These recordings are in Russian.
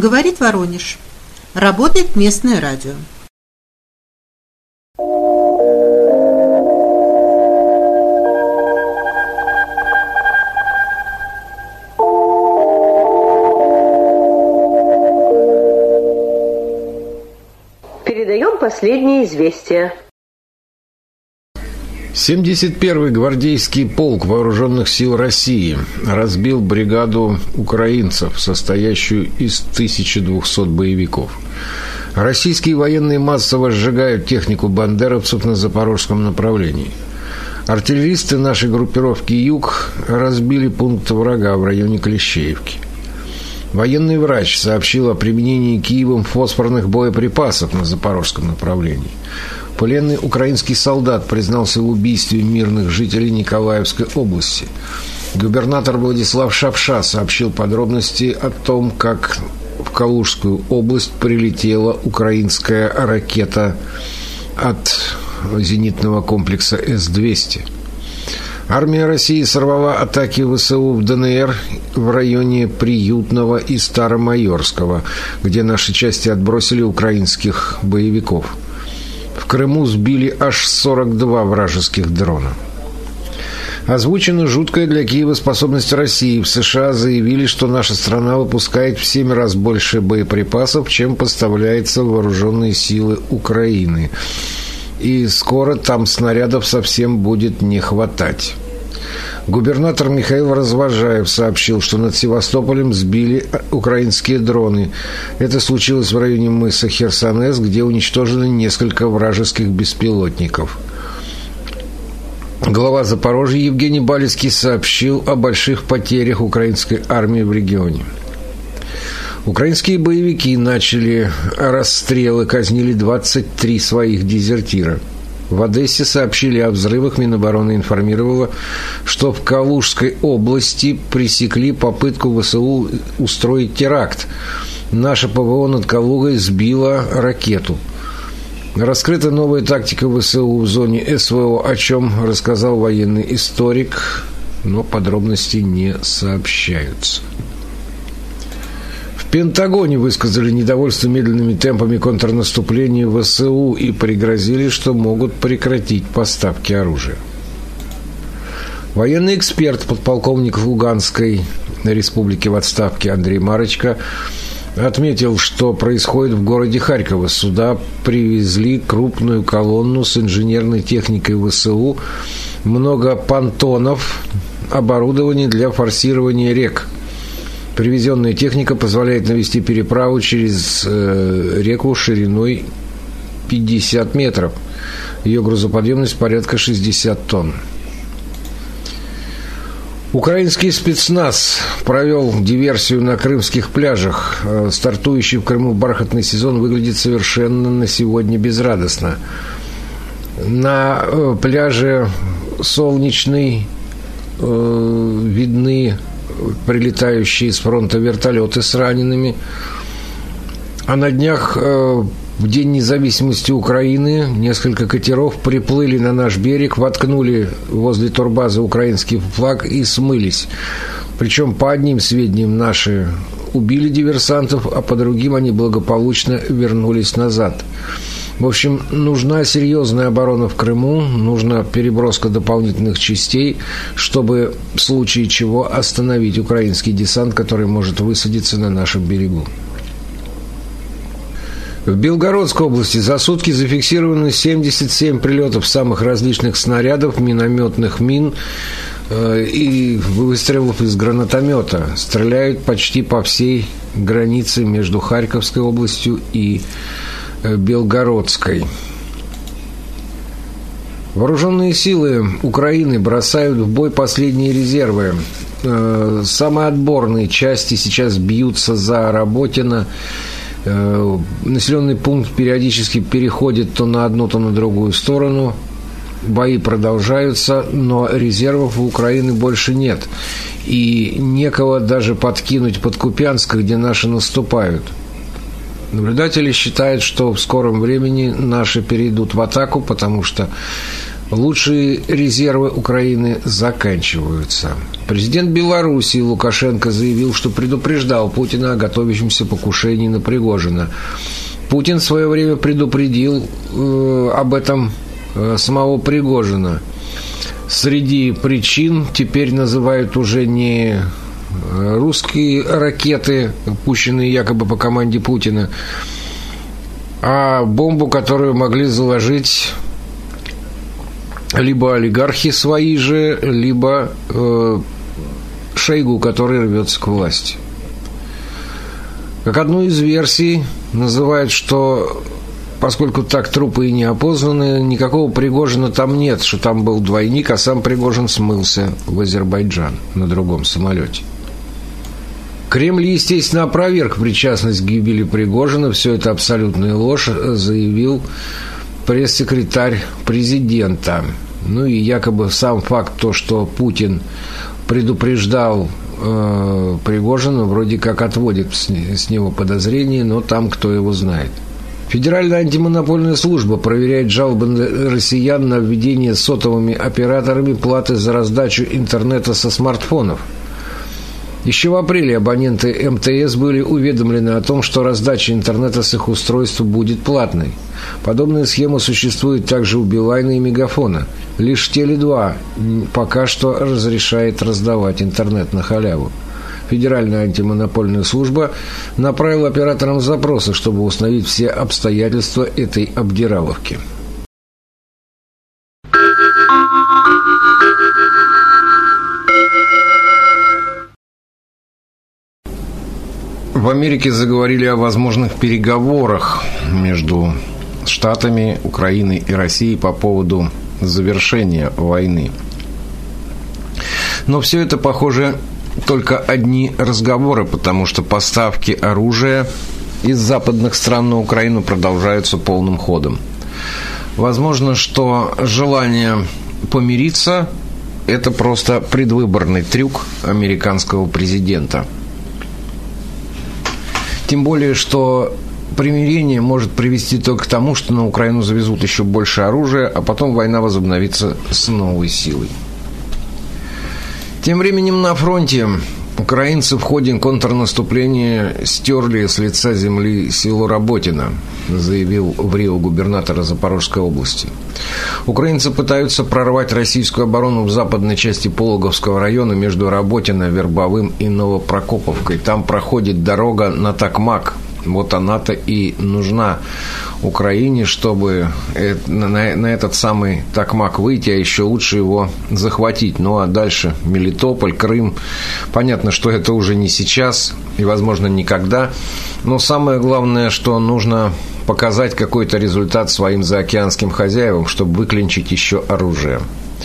Говорит Воронеж. Работает местное радио. Передаем последние известия. 71-й гвардейский полк Вооруженных сил России разбил бригаду украинцев, состоящую из 1200 боевиков. Российские военные массово сжигают технику бандеровцев на запорожском направлении. Артиллеристы нашей группировки «Юг» разбили пункт врага в районе Клещеевки. Военный врач сообщил о применении Киевом фосфорных боеприпасов на запорожском направлении. Пленный украинский солдат признался в убийстве мирных жителей Николаевской области. Губернатор Владислав Шапша сообщил подробности о том, как в Калужскую область прилетела украинская ракета от зенитного комплекса С-200. Армия России сорвала атаки ВСУ в ДНР в районе Приютного и Старомайорского, где наши части отбросили украинских боевиков. В Крыму сбили аж 42 вражеских дрона. Озвучена жуткая для Киева способность России. В США заявили, что наша страна выпускает в 7 раз больше боеприпасов, чем поставляется в вооруженные силы Украины. И скоро там снарядов совсем будет не хватать. Губернатор Михаил Развожаев сообщил, что над Севастополем сбили украинские дроны. Это случилось в районе мыса Херсонес, где уничтожены несколько вражеских беспилотников. Глава Запорожья Евгений Балицкий сообщил о больших потерях украинской армии в регионе. Украинские боевики начали расстрелы, казнили 23 своих дезертира. В Одессе сообщили о взрывах. Минобороны информировала, что в Калужской области пресекли попытку ВСУ устроить теракт. Наша ПВО над Калугой сбила ракету. Раскрыта новая тактика ВСУ в зоне СВО, о чем рассказал военный историк, но подробностей не сообщаются. В Пентагоне высказали недовольство медленными темпами контрнаступления ВСУ и пригрозили, что могут прекратить поставки оружия. Военный эксперт, подполковник Луганской республики в отставке Андрей Марочко отметил, что происходит в городе Харьково. Сюда привезли крупную колонну с инженерной техникой ВСУ, много понтонов, оборудование для форсирования рек. Привезенная техника позволяет навести переправу через реку шириной 50 метров. Ее грузоподъемность порядка 60 тонн. Украинский спецназ провел диверсию на крымских пляжах. Стартующий в Крыму бархатный сезон выглядит совершенно на сегодня безрадостно. На пляже Солнечный видны прилетающие с фронта вертолеты с ранеными. А на днях, в День независимости Украины, несколько катеров приплыли на наш берег, воткнули возле турбазы украинский флаг и смылись. Причем, по одним сведениям, наши убили диверсантов, а по другим они благополучно вернулись назад. В общем, нужна серьезная оборона в Крыму, нужна переброска дополнительных частей, чтобы в случае чего остановить украинский десант, который может высадиться на нашем берегу. В Белгородской области за сутки зафиксировано 77 прилетов самых различных снарядов, минометных мин и выстрелов из гранатомета. Стреляют почти по всей границе между Харьковской областью и Белгородской. Вооруженные силы Украины бросают в бой последние резервы. Самые отборные части сейчас бьются за Работино. Населенный пункт периодически переходит то на одну, то на другую сторону. Бои продолжаются, но резервов у Украины больше нет. И некого даже подкинуть под Купянск, где наши наступают. Наблюдатели считают, что в скором времени наши перейдут в атаку, потому что Лучшие резервы Украины заканчиваются. Президент Беларуси Лукашенко заявил, что предупреждал Путина о готовящемся покушении на Пригожина. Путин в свое время предупредил об этом самого Пригожина. Среди причин теперь называют уже не русские ракеты, пущенные якобы по команде Путина, а бомбу, которую могли заложить либо олигархи свои же, либо Шойгу, который рвется к власти. Как одну из версий называют, что поскольку так трупы и не опознаны, никакого Пригожина там нет, что там был двойник, а сам Пригожин смылся в Азербайджан на другом самолете. Кремль, естественно, опроверг причастность к гибели Пригожина. Все это абсолютная ложь, заявил пресс-секретарь президента. Ну и якобы сам факт, то, что Путин предупреждал Пригожина, вроде как отводит с него подозрения, но там кто его знает. Федеральная антимонопольная служба проверяет жалобы россиян на введение сотовыми операторами платы за раздачу интернета со смартфонов. Еще в апреле абоненты МТС были уведомлены о том, что раздача интернета с их устройства будет платной. Подобная схема существует также у Билайна и Мегафона. Лишь Теле2 пока что разрешает раздавать интернет на халяву. Федеральная антимонопольная служба направила операторам запросы, чтобы установить все обстоятельства этой обдираловки. В Америке заговорили о возможных переговорах между Штатами, Украиной и Россией по поводу завершения войны. Но все это, похоже, только одни разговоры, потому что поставки оружия из западных стран на Украину продолжаются полным ходом. Возможно, что желание помириться – это просто предвыборный трюк американского президента. Тем более, что примирение может привести только к тому, что на Украину завезут еще больше оружия, а потом война возобновится с новой силой. Тем временем на фронте украинцы в ходе контрнаступления стерли с лица земли село Работино, заявил в Рио губернатор Запорожской области. Украинцы пытаются прорвать российскую оборону в западной части Пологовского района между Работино, Вербовым и Новопрокоповкой. Там проходит дорога на Токмак. Вот она-то и нужна Украине, чтобы на этот самый Токмак выйти, а еще лучше его захватить. Ну а дальше Мелитополь, Крым. Понятно, что это уже не сейчас и, возможно, никогда. Но самое главное, что нужно показать какой-то результат своим заокеанским хозяевам, чтобы выклинчить еще оружие.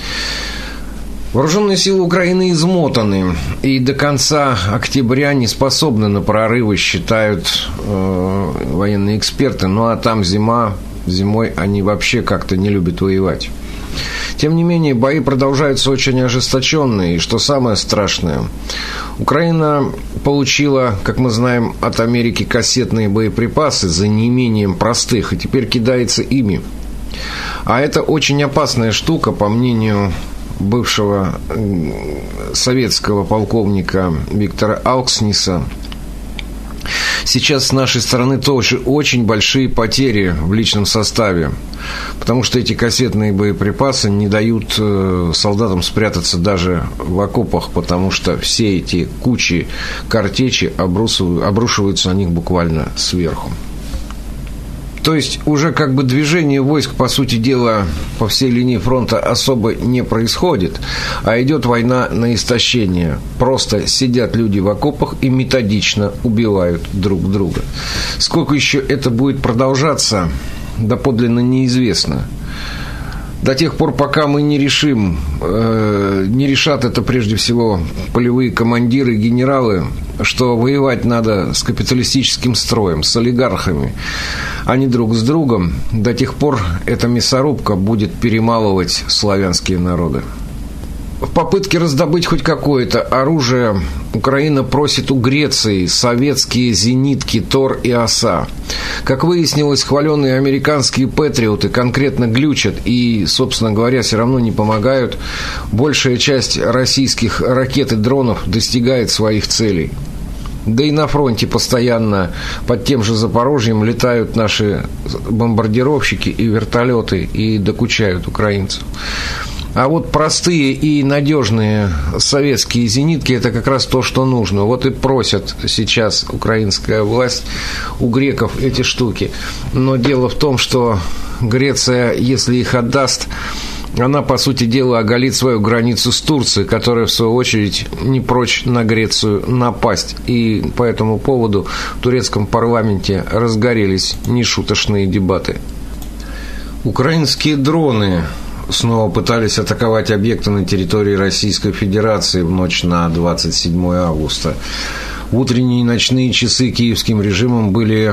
Вооруженные силы Украины измотаны и до конца октября не способны на прорывы, считают военные эксперты. Ну а там зимой они вообще как-то не любят воевать. Тем не менее, бои продолжаются очень ожесточенные. И что самое страшное, Украина получила, как мы знаем, от Америки кассетные боеприпасы за неимением простых, и теперь кидается ими. А это очень опасная штука, по мнению бывшего советского полковника Виктора Алкснеса. Сейчас с нашей стороны тоже очень большие потери в личном составе, потому что эти кассетные боеприпасы не дают солдатам спрятаться даже в окопах, потому что все эти кучи картечи обрушиваются на них буквально сверху. То есть уже как бы движение войск, по сути дела, по всей линии фронта особо не происходит, а идет война на истощение. Просто сидят люди в окопах и методично убивают друг друга. Сколько еще это будет продолжаться, доподлинно неизвестно. До тех пор, пока мы не решим, не решат это прежде всего полевые командиры и генералы, что воевать надо с капиталистическим строем, с олигархами, а не друг с другом, до тех пор эта мясорубка будет перемалывать славянские народы. В попытке раздобыть хоть какое-то оружие Украина просит у Греции советские зенитки «Тор» и «Оса». Как выяснилось, хваленные американские «Патриоты» конкретно глючат и, собственно говоря, все равно не помогают. Большая часть российских ракет и дронов достигает своих целей. Да и на фронте постоянно под тем же Запорожьем летают наши бомбардировщики и вертолеты и докучают украинцев. А вот простые и надежные советские зенитки – это как раз то, что нужно. Вот и просят сейчас украинская власть у греков эти штуки. Но дело в том, что Греция, если их отдаст, она, по сути дела, оголит свою границу с Турцией, которая, в свою очередь, не прочь на Грецию напасть. И по этому поводу в турецком парламенте разгорелись нешуточные дебаты. Украинские дроны снова пытались атаковать объекты на территории Российской Федерации в ночь на 27 августа. В утренние и ночные часы киевским режимом были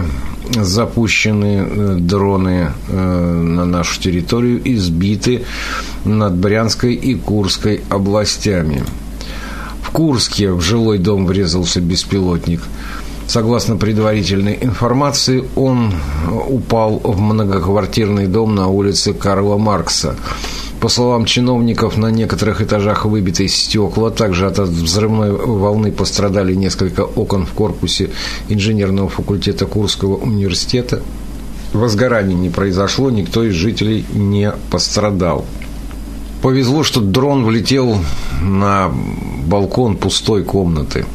запущены дроны на нашу территорию и сбиты над Брянской и Курской областями. В Курске в жилой дом врезался беспилотник. Согласно предварительной информации, он упал в многоквартирный дом на улице Карла Маркса. По словам чиновников, на некоторых этажах выбиты стекла. Также от взрывной волны пострадали несколько окон в корпусе инженерного факультета Курского университета. Возгораний не произошло, никто из жителей не пострадал. Повезло, что дрон влетел на балкон пустой комнаты.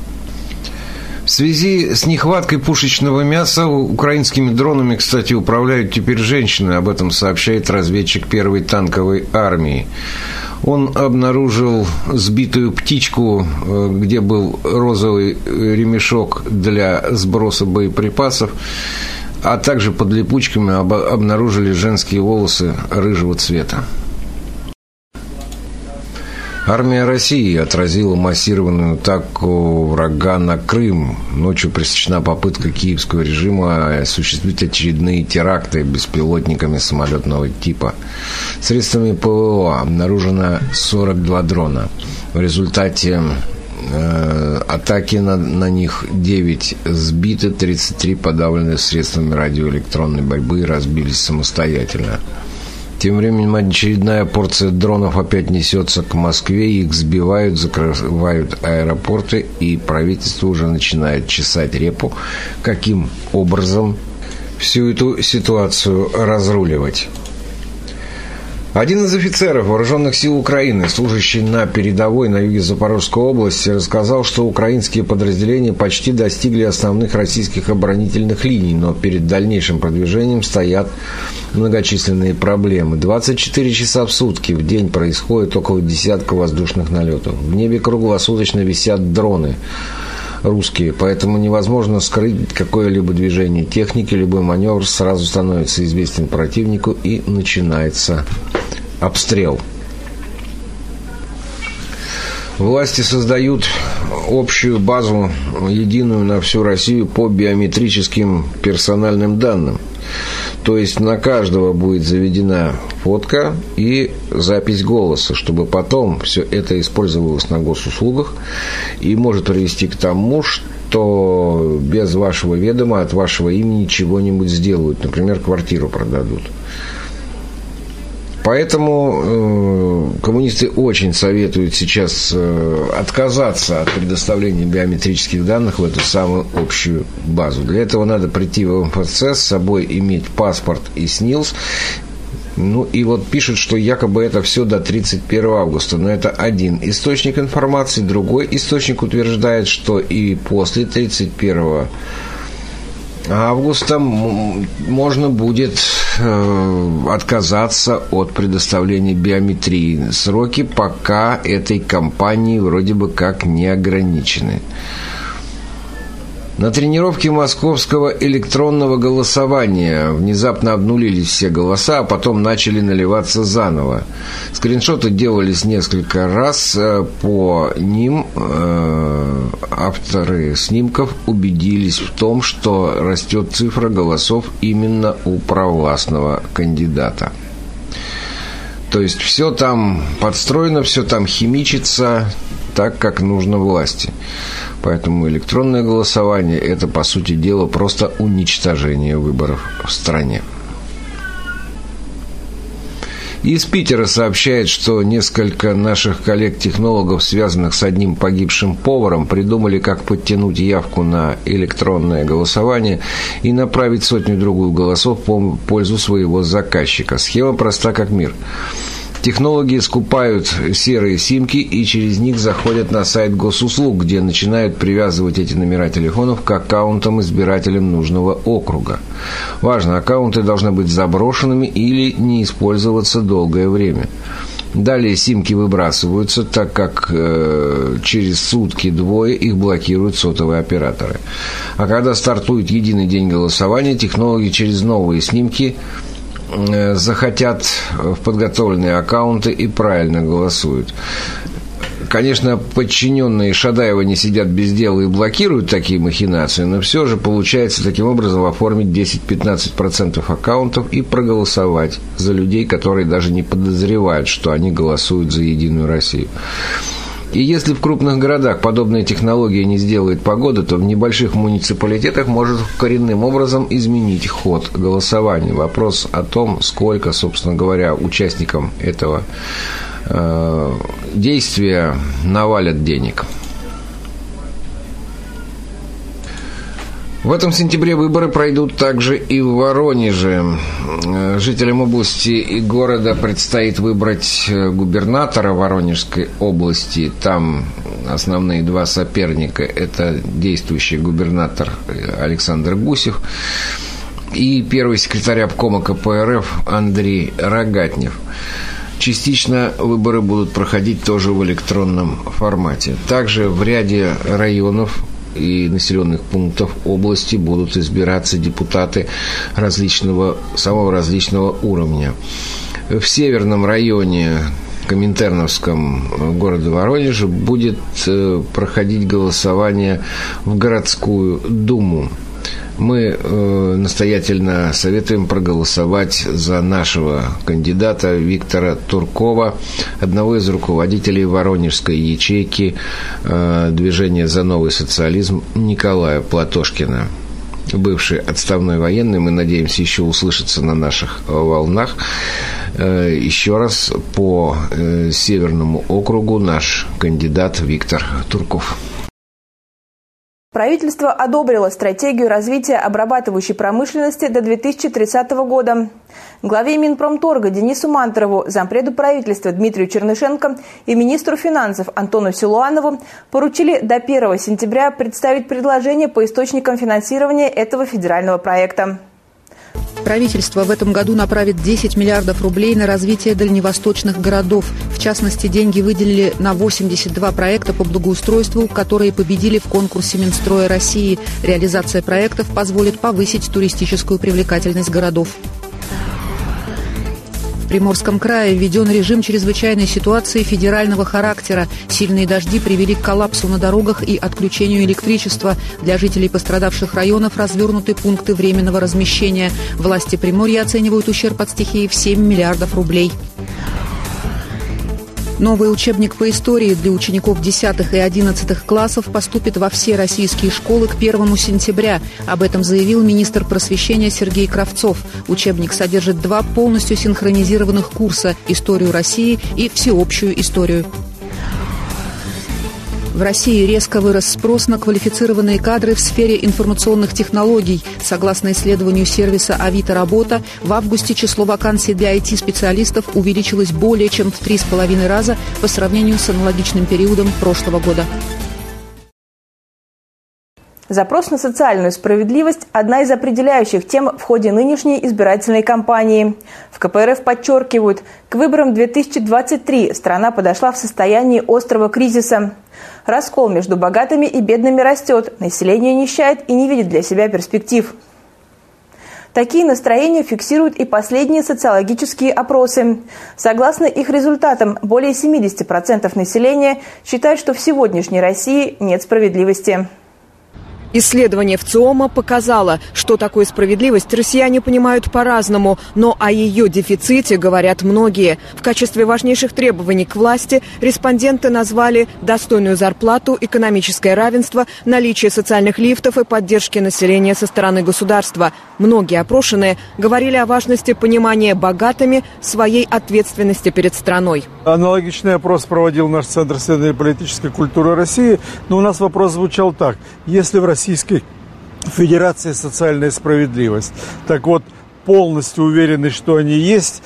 В связи с нехваткой пушечного мяса украинскими дронами, кстати, управляют теперь женщины. Об этом сообщает разведчик первой танковой армии. Он обнаружил сбитую птичку, где был розовый ремешок для сброса боеприпасов, а также под липучками обнаружили женские волосы рыжего цвета. Армия России отразила массированную атаку врага на Крым. Ночью пресечена попытка киевского режима осуществить очередные теракты беспилотниками самолетного типа. Средствами ПВО обнаружено 42 дрона. В результате атаки на них 9 сбиты, 33 подавлены средствами радиоэлектронной борьбы и разбились самостоятельно. Тем временем очередная порция дронов опять несется к Москве, их сбивают, закрывают аэропорты, и правительство уже начинает чесать репу, каким образом всю эту ситуацию разруливать. Один из офицеров вооруженных сил Украины, служащий на передовой на юге Запорожской области, рассказал, что украинские подразделения почти достигли основных российских оборонительных линий, но перед дальнейшим продвижением стоят многочисленные проблемы. 24 часа в сутки в день происходит около десятка воздушных налетов. В небе круглосуточно висят дроны русские, поэтому невозможно скрыть какое-либо движение техники, любой маневр сразу становится известен противнику и начинается обстрел. Власти создают общую базу, единую на всю Россию по биометрическим персональным данным. То есть на каждого будет заведена фотка и запись голоса, чтобы потом все это использовалось на госуслугах и может привести к тому, что без вашего ведома от вашего имени чего-нибудь сделают, например, квартиру продадут. Поэтому коммунисты очень советуют сейчас отказаться от предоставления биометрических данных в эту самую общую базу. Для этого надо прийти в МФЦ, с собой иметь паспорт и СНИЛС. Ну и вот пишут, что якобы это все до 31 августа. Но это один источник информации. Другой источник утверждает, что и после 31 августа можно будет отказаться от предоставления биометрии. Сроки пока этой кампании вроде бы как не ограничены. На тренировке московского электронного голосования внезапно обнулились все голоса, а потом начали наливаться заново. Скриншоты делались несколько раз. По ним авторы снимков убедились в том, что растет цифра голосов именно у провластного кандидата. То есть все там подстроено, все там химичится так, как нужно власти. Поэтому электронное голосование – это, по сути дела, просто уничтожение выборов в стране. Из Питера сообщает, что несколько наших коллег-технологов, связанных с одним погибшим поваром, придумали, как подтянуть явку на электронное голосование и направить сотню-другую голосов в пользу своего заказчика. Схема проста как мир. Технологи скупают серые симки и через них заходят на сайт госуслуг, где начинают привязывать эти номера телефонов к аккаунтам избирателям нужного округа. Важно, аккаунты должны быть заброшенными или не использоваться долгое время. Далее симки выбрасываются, так как через сутки-двое их блокируют сотовые операторы. А когда стартует единый день голосования, технологи через новые снимки захотят в подготовленные аккаунты и правильно голосуют. Конечно, подчиненные Шадаева не сидят без дела и блокируют такие махинации, но все же получается таким образом оформить 10-15% аккаунтов и проголосовать за людей, которые даже не подозревают, что они голосуют за Единую Россию. И если в крупных городах подобная технология не сделает погоды, то в небольших муниципалитетах может коренным образом изменить ход голосования. Вопрос о том, сколько, собственно говоря, участникам этого действия навалят денег. В этом сентябре выборы пройдут также и в Воронеже. Жителям области и города предстоит выбрать губернатора Воронежской области. Там основные два соперника – это действующий губернатор Александр Гусев и первый секретарь обкома КПРФ Андрей Рогатнев. Частично выборы будут проходить тоже в электронном формате. Также в ряде районов и населенных пунктов области будут избираться депутаты самого различного уровня. В северном районе Коминтерновском города Воронежа будет проходить голосование в городскую думу. Мы настоятельно советуем проголосовать за нашего кандидата Виктора Туркова, одного из руководителей воронежской ячейки движения «За новый социализм» Николая Платошкина. Бывший отставной военный, мы надеемся еще услышаться на наших волнах. Еще раз по Северному округу наш кандидат Виктор Турков. Правительство одобрило стратегию развития обрабатывающей промышленности до 2030 года. Главе Минпромторга Денису Мантурову, зампреду правительства Дмитрию Чернышенко и министру финансов Антону Силуанову поручили до 1 сентября представить предложение по источникам финансирования этого федерального проекта. Правительство в этом году направит 10 миллиардов рублей на развитие дальневосточных городов. В частности, деньги выделили на 82 проекта по благоустройству, которые победили в конкурсе Минстроя России. Реализация проектов позволит повысить туристическую привлекательность городов. В Приморском крае введен режим чрезвычайной ситуации федерального характера. Сильные дожди привели к коллапсу на дорогах и отключению электричества. Для жителей пострадавших районов развернуты пункты временного размещения. Власти Приморья оценивают ущерб от стихии в 7 миллиардов рублей. Новый учебник по истории для учеников 10 и 11 классов поступит во все российские школы к 1 сентября. Об этом заявил министр просвещения Сергей Кравцов. Учебник содержит 2 полностью синхронизированных курса – историю России и всеобщую историю. В России резко вырос спрос на квалифицированные кадры в сфере информационных технологий. Согласно исследованию сервиса «Авито Работа», в августе число вакансий для IT-специалистов увеличилось более чем в 3,5 раза по сравнению с аналогичным периодом прошлого года. Запрос на социальную справедливость – одна из определяющих тем в ходе нынешней избирательной кампании. В КПРФ подчеркивают, к выборам 2023 страна подошла в состоянии острого кризиса. Раскол между богатыми и бедными растет, население нищает и не видит для себя перспектив. Такие настроения фиксируют и последние социологические опросы. Согласно их результатам, более 70% населения считают, что в сегодняшней России нет справедливости. Исследование ВЦИОМа показало, что такое справедливость россияне понимают по-разному, но о ее дефиците говорят многие. В качестве важнейших требований к власти респонденты назвали достойную зарплату, экономическое равенство, наличие социальных лифтов и поддержки населения со стороны государства. Многие опрошенные говорили о важности понимания богатыми своей ответственности перед страной. Аналогичный опрос проводил наш Центр исследований политической культуры России, но у нас вопрос звучал так. Если в Российской Федерации социальная справедливость, так вот, полностью уверены, что они есть,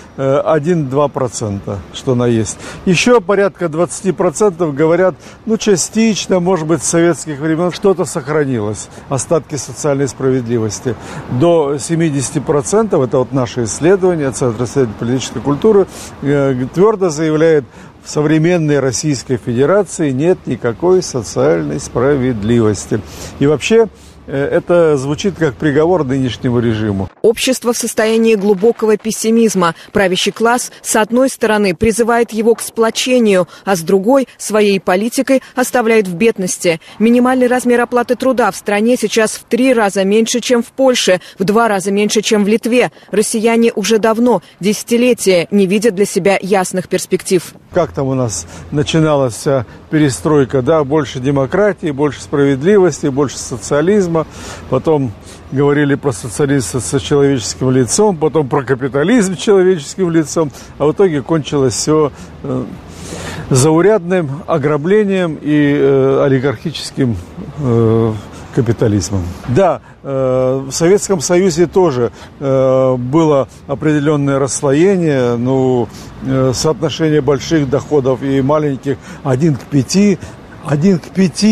1-2%, что она есть. Еще порядка 20% говорят, частично, может быть, с советских времен что-то сохранилось, остатки социальной справедливости. До 70%, это вот наше исследование, Центр исследований политической культуры, твердо заявляет, в современной Российской Федерации нет никакой социальной справедливости. И вообще, это звучит как приговор нынешнему режиму. Общество в состоянии глубокого пессимизма. Правящий класс, с одной стороны, призывает его к сплочению, а с другой, своей политикой оставляет в бедности. Минимальный размер оплаты труда в стране сейчас в 3 раза меньше, чем в Польше, в 2 раза меньше, чем в Литве. Россияне уже давно, десятилетия, не видят для себя ясных перспектив. Как там у нас начиналась вся перестройка, да, больше демократии, больше справедливости, больше социализма. Потом говорили про социализм с человеческим лицом, потом про капитализм с человеческим лицом. А в итоге кончилось все заурядным ограблением и олигархическим капитализмом. Да, в Советском Союзе тоже было определенное расслоение, соотношение больших доходов и маленьких 1 к 5. 1 к 5,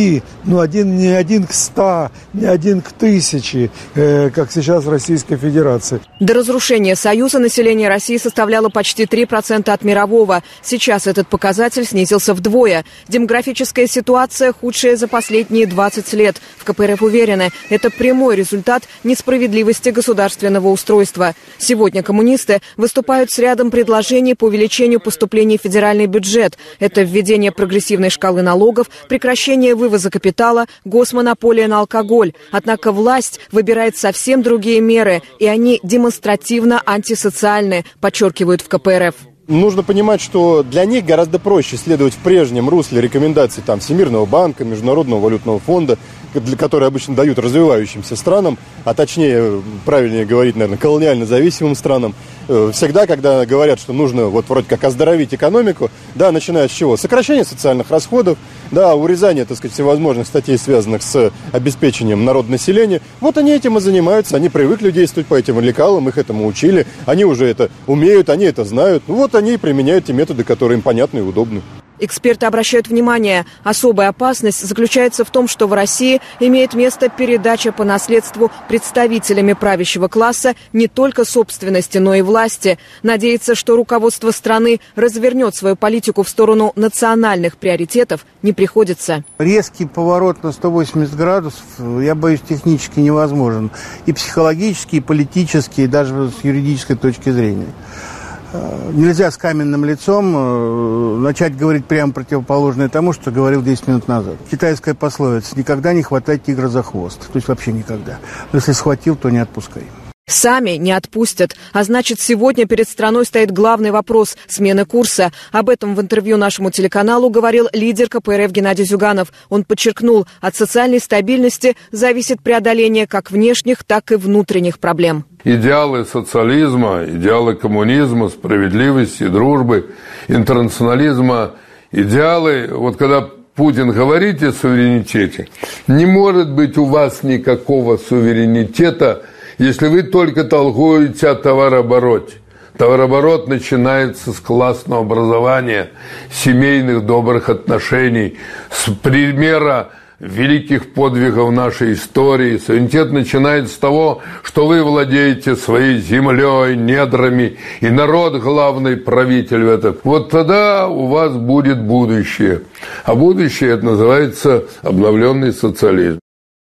не 1 к 100, не 1 к 1000, как сейчас в Российской Федерации. До разрушения Союза население России составляло почти 3% от мирового. Сейчас этот показатель снизился вдвое. Демографическая ситуация худшая за последние 20 лет. В КПРФ уверены, это прямой результат несправедливости государственного устройства. Сегодня коммунисты выступают с рядом предложений по увеличению поступлений в федеральный бюджет. Это введение прогрессивной шкалы налогов, прекращение вывоза капитала, госмонополия на алкоголь. Однако власть выбирает совсем другие меры, и они демонстративно антисоциальны, подчеркивают в КПРФ. Нужно понимать, что для них гораздо проще следовать в прежнем русле рекомендаций Всемирного банка, Международного валютного фонда, которые обычно дают развивающимся странам, а точнее, правильнее говорить, наверное, колониально зависимым странам. Всегда, когда говорят, что нужно вроде как оздоровить экономику, да, начиная с чего? Сокращение социальных расходов, да, урезание, всевозможных статей, связанных с обеспечением народонаселения. Вот они этим и занимаются, они привыкли действовать по этим лекалам, их этому учили, они уже это умеют, они это знают. Они и применяют те методы, которые им понятны и удобны. Эксперты обращают внимание, особая опасность заключается в том, что в России имеет место передача по наследству представителями правящего класса не только собственности, но и власти. Надеяться, что руководство страны развернет свою политику в сторону национальных приоритетов, не приходится. Резкий поворот на 180 градусов, я боюсь, технически невозможен. И психологически, и политически, и даже с юридической точки зрения. Нельзя с каменным лицом начать говорить прямо противоположное тому, что говорил 10 минут назад. Китайская пословица: никогда не хватай тигра за хвост. То есть вообще никогда. Но если схватил, то не отпускай. Сами не отпустят. А значит, сегодня перед страной стоит главный вопрос – смены курса. Об этом в интервью нашему телеканалу говорил лидер КПРФ Геннадий Зюганов. Он подчеркнул, от социальной стабильности зависит преодоление как внешних, так и внутренних проблем. Идеалы социализма, идеалы коммунизма, справедливости, дружбы, интернационализма, идеалы, когда Путин говорит о суверенитете, не может быть у вас никакого суверенитета, если вы только толкуете о товарообороте. Товарооборот начинается с классного образования, семейных добрых отношений, с примера великих подвигов нашей истории. Суверенитет начинается с того, что вы владеете своей землей, недрами, и народ главный правитель в этом. Вот тогда у вас будет будущее. А будущее это называется обновленный социализм.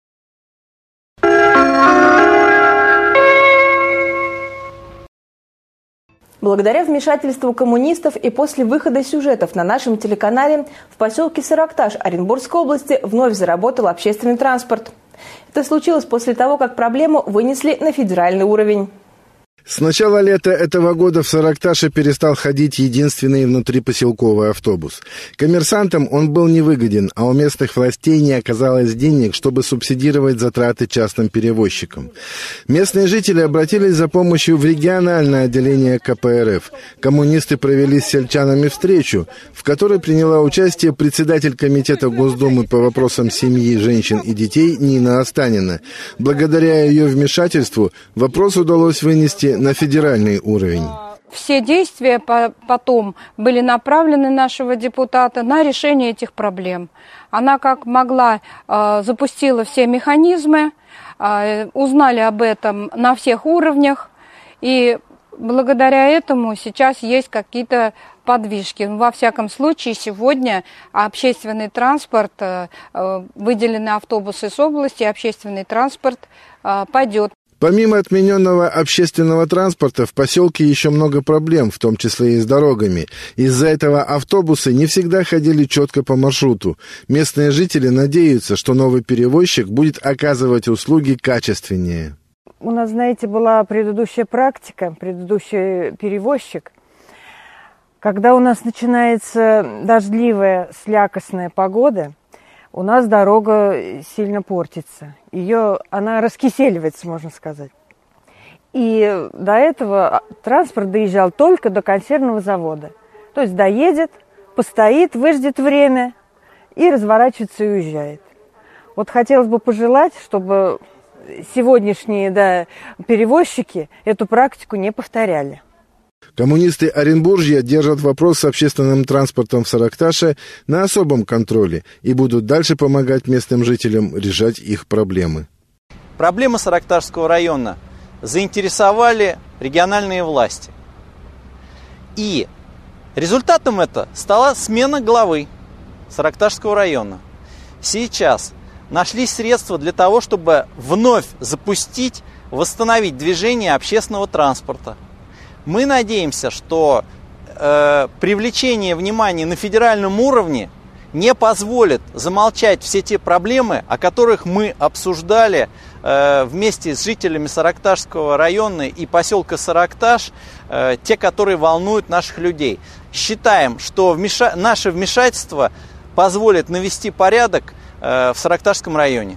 Благодаря вмешательству коммунистов и после выхода сюжетов на нашем телеканале в поселке Саракташ Оренбургской области вновь заработал общественный транспорт. Это случилось после того, как проблему вынесли на федеральный уровень. С начала лета этого года в Сарыкташе перестал ходить единственный внутрипоселковый автобус. Коммерсантам он был невыгоден, а у местных властей не оказалось денег, чтобы субсидировать затраты частным перевозчикам. Местные жители обратились за помощью в региональное отделение КПРФ. Коммунисты провели с сельчанами встречу, в которой приняла участие председатель комитета Госдумы по вопросам семьи, женщин и детей Нина Останина. Благодаря ее вмешательству вопрос удалось вынести на федеральный уровень. Все действия потом были направлены нашего депутата на решение этих проблем. Она как могла запустила все механизмы, узнали об этом на всех уровнях, и благодаря этому сейчас есть какие-то подвижки. Во всяком случае, сегодня общественный транспорт, выделены автобусы с области, общественный транспорт пойдет. Помимо отмененного общественного транспорта, в поселке еще много проблем, в том числе и с дорогами. Из-за этого автобусы не всегда ходили четко по маршруту. Местные жители надеются, что новый перевозчик будет оказывать услуги качественнее. У нас, знаете, была предыдущая практика, предыдущий перевозчик. Когда у нас начинается дождливая, слякостная погода, у нас дорога сильно портится. Она раскиселивается, можно сказать. И до этого транспорт доезжал только до консервного завода. То есть доедет, постоит, выждет время и разворачивается и уезжает. Вот хотелось бы пожелать, чтобы сегодняшние перевозчики эту практику не повторяли. Коммунисты Оренбуржья держат вопрос с общественным транспортом в Сарыкташе на особом контроле и будут дальше помогать местным жителям решать их проблемы. Проблемы Сарыкташского района заинтересовали региональные власти. И результатом это стала смена главы Сарыкташского района. Сейчас нашлись средства для того, чтобы вновь запустить, восстановить движение общественного транспорта. Мы надеемся, что привлечение внимания на федеральном уровне не позволит замолчать все те проблемы, о которых мы обсуждали вместе с жителями Сарыкташского района и поселка Сарыкташ, те, которые волнуют наших людей. Считаем, что наше вмешательство позволит навести порядок в Сарыкташском районе.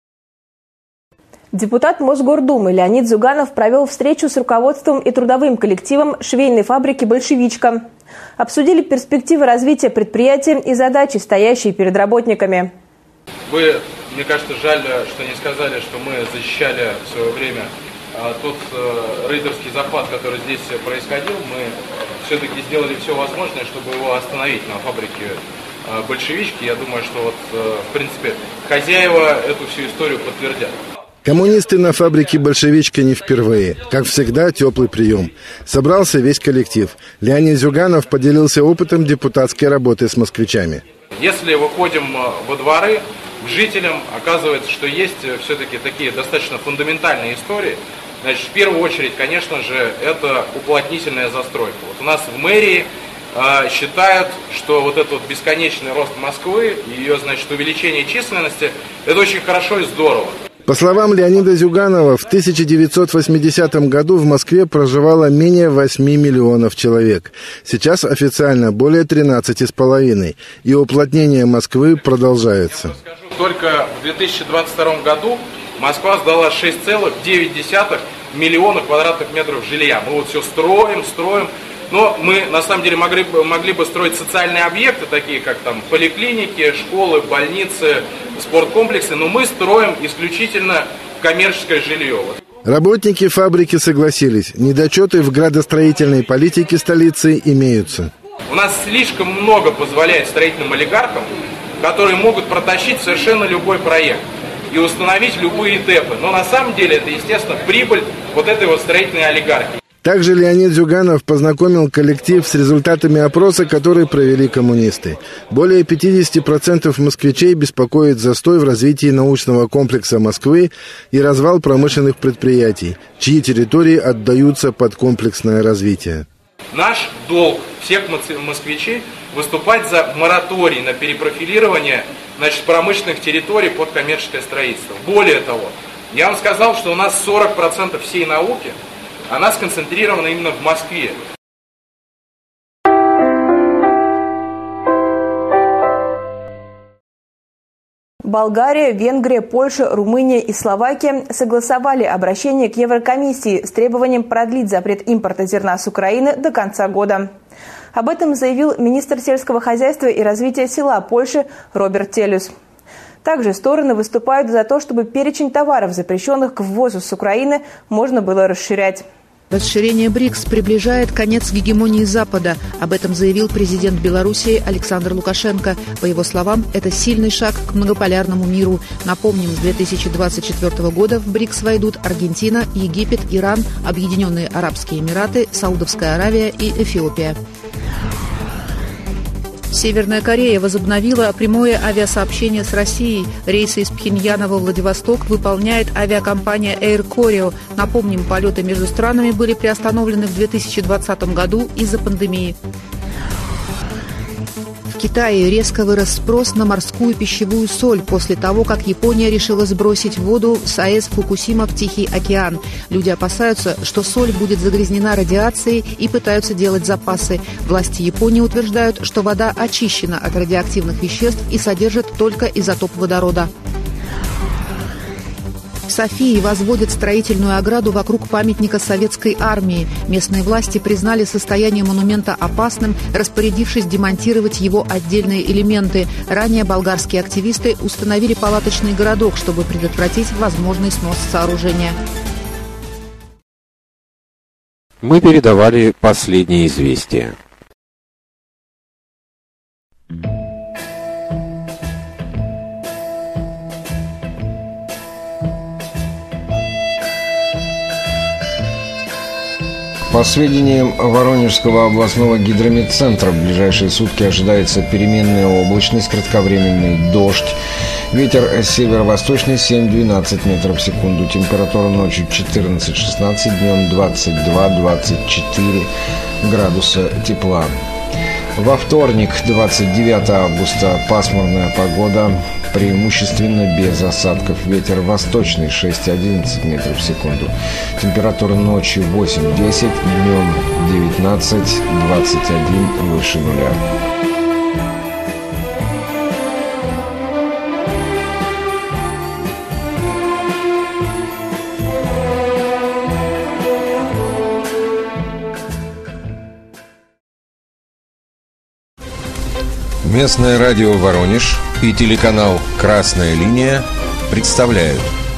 Депутат Мосгордумы Леонид Зюганов провел встречу с руководством и трудовым коллективом швейной фабрики «Большевичка». Обсудили перспективы развития предприятия и задачи, стоящие перед работниками. Мне кажется, жаль, что не сказали, что мы защищали в свое время тот рейдерский захват, который здесь происходил. Мы все-таки сделали все возможное, чтобы его остановить на фабрике «Большевички». Я думаю, что в принципе, хозяева эту всю историю подтвердят. Коммунисты на фабрике «Большевичка» не впервые. Как всегда, теплый прием. Собрался весь коллектив. Леонид Зюганов поделился опытом депутатской работы с москвичами. Если выходим во дворы, к жителям оказывается, что есть все-таки такие достаточно фундаментальные истории. Значит, в первую очередь, конечно же, это уплотнительная застройка. Вот у нас в мэрии считают, что вот этот бесконечный рост Москвы и ее, значит, увеличение численности, это очень хорошо и здорово. По словам Леонида Зюганова, в 1980 году в Москве проживало менее 8 миллионов человек. Сейчас официально более 13,5. И уплотнение Москвы продолжается. Только в 2022 году Москва сдала 6,9 миллиона квадратных метров жилья. Мы вот все строим. Но мы, на самом деле, могли бы строить социальные объекты, такие как там поликлиники, школы, больницы, спорткомплексы, но мы строим исключительно коммерческое жилье. Работники фабрики согласились, недочеты в градостроительной политике столицы имеются. У нас слишком много позволяет строительным олигархам, которые могут протащить совершенно любой проект и установить любые ТЭПы. Но на самом деле это, естественно, прибыль вот этой вот строительной олигархии. Также Леонид Зюганов познакомил коллектив с результатами опроса, который провели коммунисты. Более 50% москвичей беспокоит застой в развитии научного комплекса Москвы и развал промышленных предприятий, чьи территории отдаются под комплексное развитие. Наш долг всех москвичей выступать за мораторий на перепрофилирование промышленных территорий под коммерческое строительство. Более того, я вам сказал, что у нас 40% всей науки, она сконцентрирована именно в Москве. Болгария, Венгрия, Польша, Румыния и Словакия согласовали обращение к Еврокомиссии с требованием продлить запрет импорта зерна с Украины до конца года. Об этом заявил министр сельского хозяйства и развития села Польши Роберт Телюс. Также стороны выступают за то, чтобы перечень товаров, запрещенных к ввозу с Украины, можно было расширять. Расширение БРИКС приближает конец гегемонии Запада. Об этом заявил президент Белоруссии Александр Лукашенко. По его словам, это сильный шаг к многополярному миру. Напомним, с 2024 года в БРИКС войдут Аргентина, Египет, Иран, Объединенные Арабские Эмираты, Саудовская Аравия и Эфиопия. Северная Корея возобновила прямое авиасообщение с Россией. Рейсы из Пхеньяна во Владивосток выполняет авиакомпания Air Koryo. Напомним, полеты между странами были приостановлены в 2020 году из-за пандемии. В Китае резко вырос спрос на морскую пищевую соль после того, как Япония решила сбросить воду с АЭС Фукусима в Тихий океан. Люди опасаются, что соль будет загрязнена радиацией и пытаются делать запасы. Власти Японии утверждают, что вода очищена от радиоактивных веществ и содержит только изотоп водорода. В Софии возводят строительную ограду вокруг памятника советской армии. Местные власти признали состояние монумента опасным, распорядившись демонтировать его отдельные элементы. Ранее болгарские активисты установили палаточный городок, чтобы предотвратить возможный снос сооружения. Мы передавали последние известия. По сведениям Воронежского областного гидрометцентра, в ближайшие сутки ожидается переменная облачность, кратковременный дождь. Ветер северо-восточный 7-12 метров в секунду. Температура ночью 14-16, днем 22-24 градуса тепла. Во вторник, 29 августа, пасмурная погода, преимущественно без осадков. Ветер восточный 6-11 метров в секунду. Температура ночью 8-10, днем 19-21 выше нуля. Местное радио «Воронеж» и телеканал «Красная линия» представляют.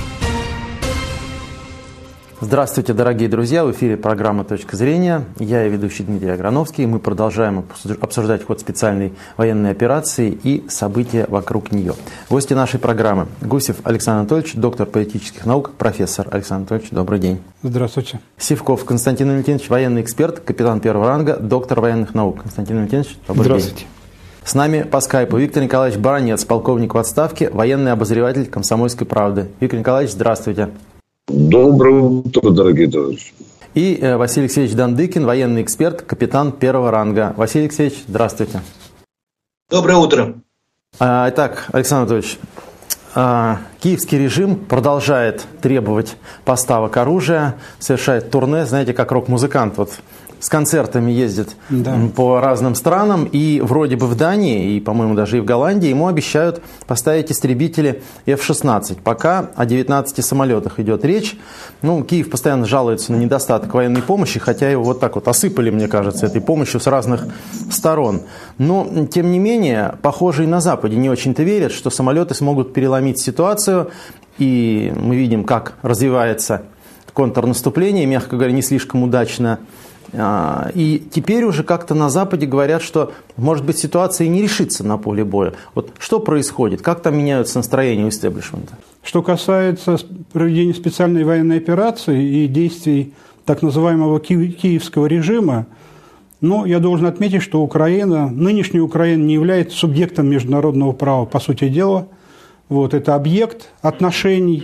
Здравствуйте, дорогие друзья! В эфире программа «Точка зрения». Я и ведущий Дмитрий Аграновский. Мы продолжаем обсуждать ход специальной военной операции и события вокруг нее. Гости нашей программы: Гусев Александр Анатольевич, доктор политических наук, профессор. Александр Анатольевич, добрый день. Здравствуйте. Сивков Константин Валентинович, военный эксперт, капитан первого ранга, доктор военных наук. Константин Валентинович, добрый Здравствуйте. день. С нами по скайпу Виктор Николаевич Баранец, полковник в отставке, военный обозреватель «Комсомольской правды». Виктор Николаевич, здравствуйте. Доброе утро, дорогие товарищи. И Василий Алексеевич Дандыкин, военный эксперт, капитан первого ранга. Василий Алексеевич, здравствуйте. Доброе утро. Итак, Александр Анатольевич, киевский режим продолжает требовать поставок оружия, совершает турне, знаете, как рок-музыкант, вот с концертами ездит по разным странам, и вроде бы в Дании, и, по-моему, даже и в Голландии ему обещают поставить истребители F-16. Пока о 19 самолетах идет речь. Киев постоянно жалуется на недостаток военной помощи, хотя его вот так вот осыпали, мне кажется, этой помощью с разных сторон. Но, тем не менее, похоже, и на Западе не очень-то верят, что самолеты смогут переломить ситуацию, и мы видим, как развивается контрнаступление, мягко говоря, не слишком удачно. И теперь уже как-то на Западе говорят, что, может быть, ситуация и не решится на поле боя. Вот что происходит? Как там меняются настроения у истеблишмента? Что касается проведения специальной военной операции и действий так называемого киевского режима, я должен отметить, что Украина, нынешняя Украина не является субъектом международного права, по сути дела. Это объект отношений,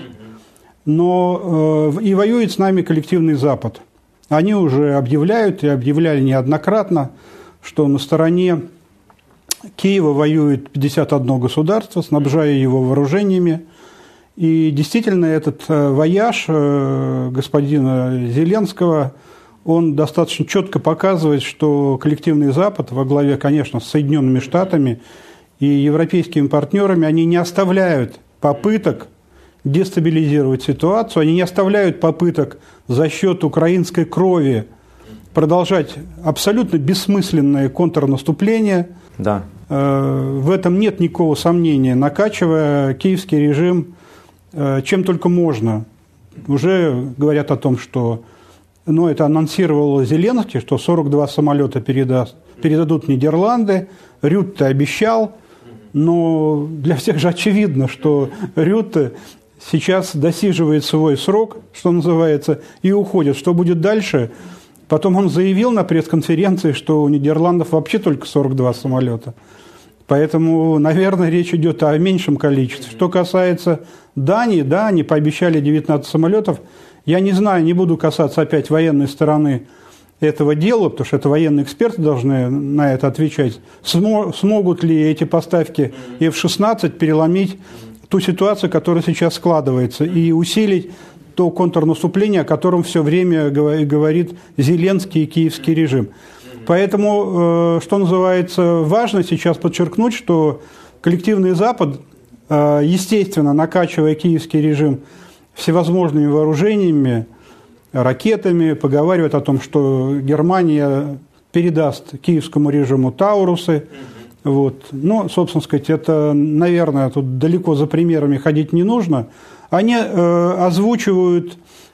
но и воюет с нами коллективный Запад. Они уже объявляют и объявляли неоднократно, что на стороне Киева воюет 51 государство, снабжая его вооружениями. И действительно этот вояж господина Зеленского, он достаточно четко показывает, что коллективный Запад во главе, конечно, с Соединенными Штатами и европейскими партнерами, они не оставляют попыток дестабилизировать ситуацию, они не оставляют попыток за счет украинской крови продолжать абсолютно бессмысленное контрнаступление. Да. В этом нет никакого сомнения, накачивая киевский режим чем только можно. Уже говорят о том, что, это анонсировал Зеленский, что 42 самолета передадут Нидерланды. Рютте обещал, но для всех же очевидно, что Рютте сейчас досиживает свой срок, что называется, и уходит. Что будет дальше? Потом он заявил на пресс-конференции, что у Нидерландов вообще только 42 самолета. Поэтому, наверное, речь идет о меньшем количестве. Что касается Дании, да, они пообещали 19 самолетов. Я не знаю, не буду касаться опять военной стороны этого дела, потому что это военные эксперты должны на это отвечать. Смогут ли эти поставки F-16 переломить ту ситуацию, которая сейчас складывается, и усилить то контрнаступление, о котором все время говорит Зеленский и киевский режим. Поэтому, что называется, важно сейчас подчеркнуть, что коллективный Запад, естественно, накачивая киевский режим всевозможными вооружениями, ракетами, поговаривает о том, что Германия передаст киевскому режиму Таурусы. Вот. Но, собственно сказать, это, наверное, тут далеко за примерами ходить не нужно. Они озвучивают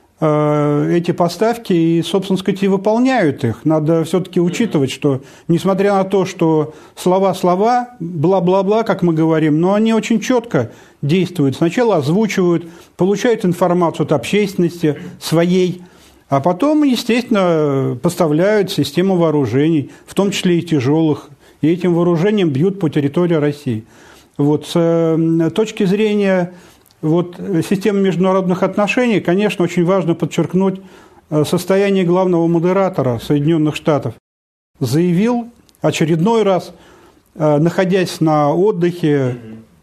эти поставки и, собственно сказать, и выполняют их. Надо все-таки учитывать, что, несмотря на то, что слова, бла-бла-бла, как мы говорим, но они очень четко действуют. Сначала озвучивают, получают информацию от общественности своей, а потом, естественно, поставляют систему вооружений, в том числе и тяжелых, и этим вооружением бьют по территории России. Вот. С точки зрения системы международных отношений, конечно, очень важно подчеркнуть состояние главного модератора Соединенных Штатов. Заявил очередной раз, находясь на отдыхе,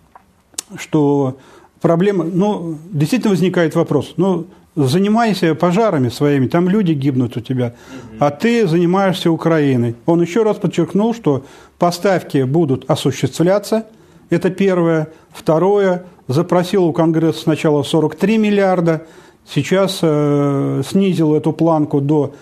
что проблема, действительно возникает вопрос, занимайся пожарами своими, там люди гибнут у тебя, а ты занимаешься Украиной. Он еще раз подчеркнул, что поставки будут осуществляться, это первое. Второе, запросил у Конгресса сначала 43 миллиарда, сейчас снизил эту планку до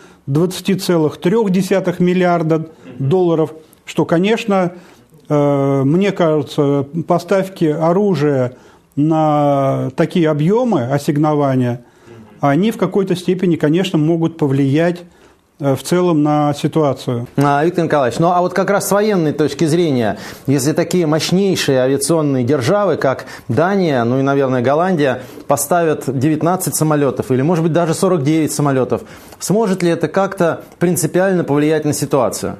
20,3 миллиарда долларов, что, конечно, мне кажется, поставки оружия на такие объемы ассигнования, они в какой-то степени, конечно, могут повлиять в целом на ситуацию. Виктор Николаевич, а вот как раз с военной точки зрения, если такие мощнейшие авиационные державы, как Дания, и, наверное, Голландия, поставят 19 самолетов или, может быть, даже 49 самолетов, сможет ли это как-то принципиально повлиять на ситуацию?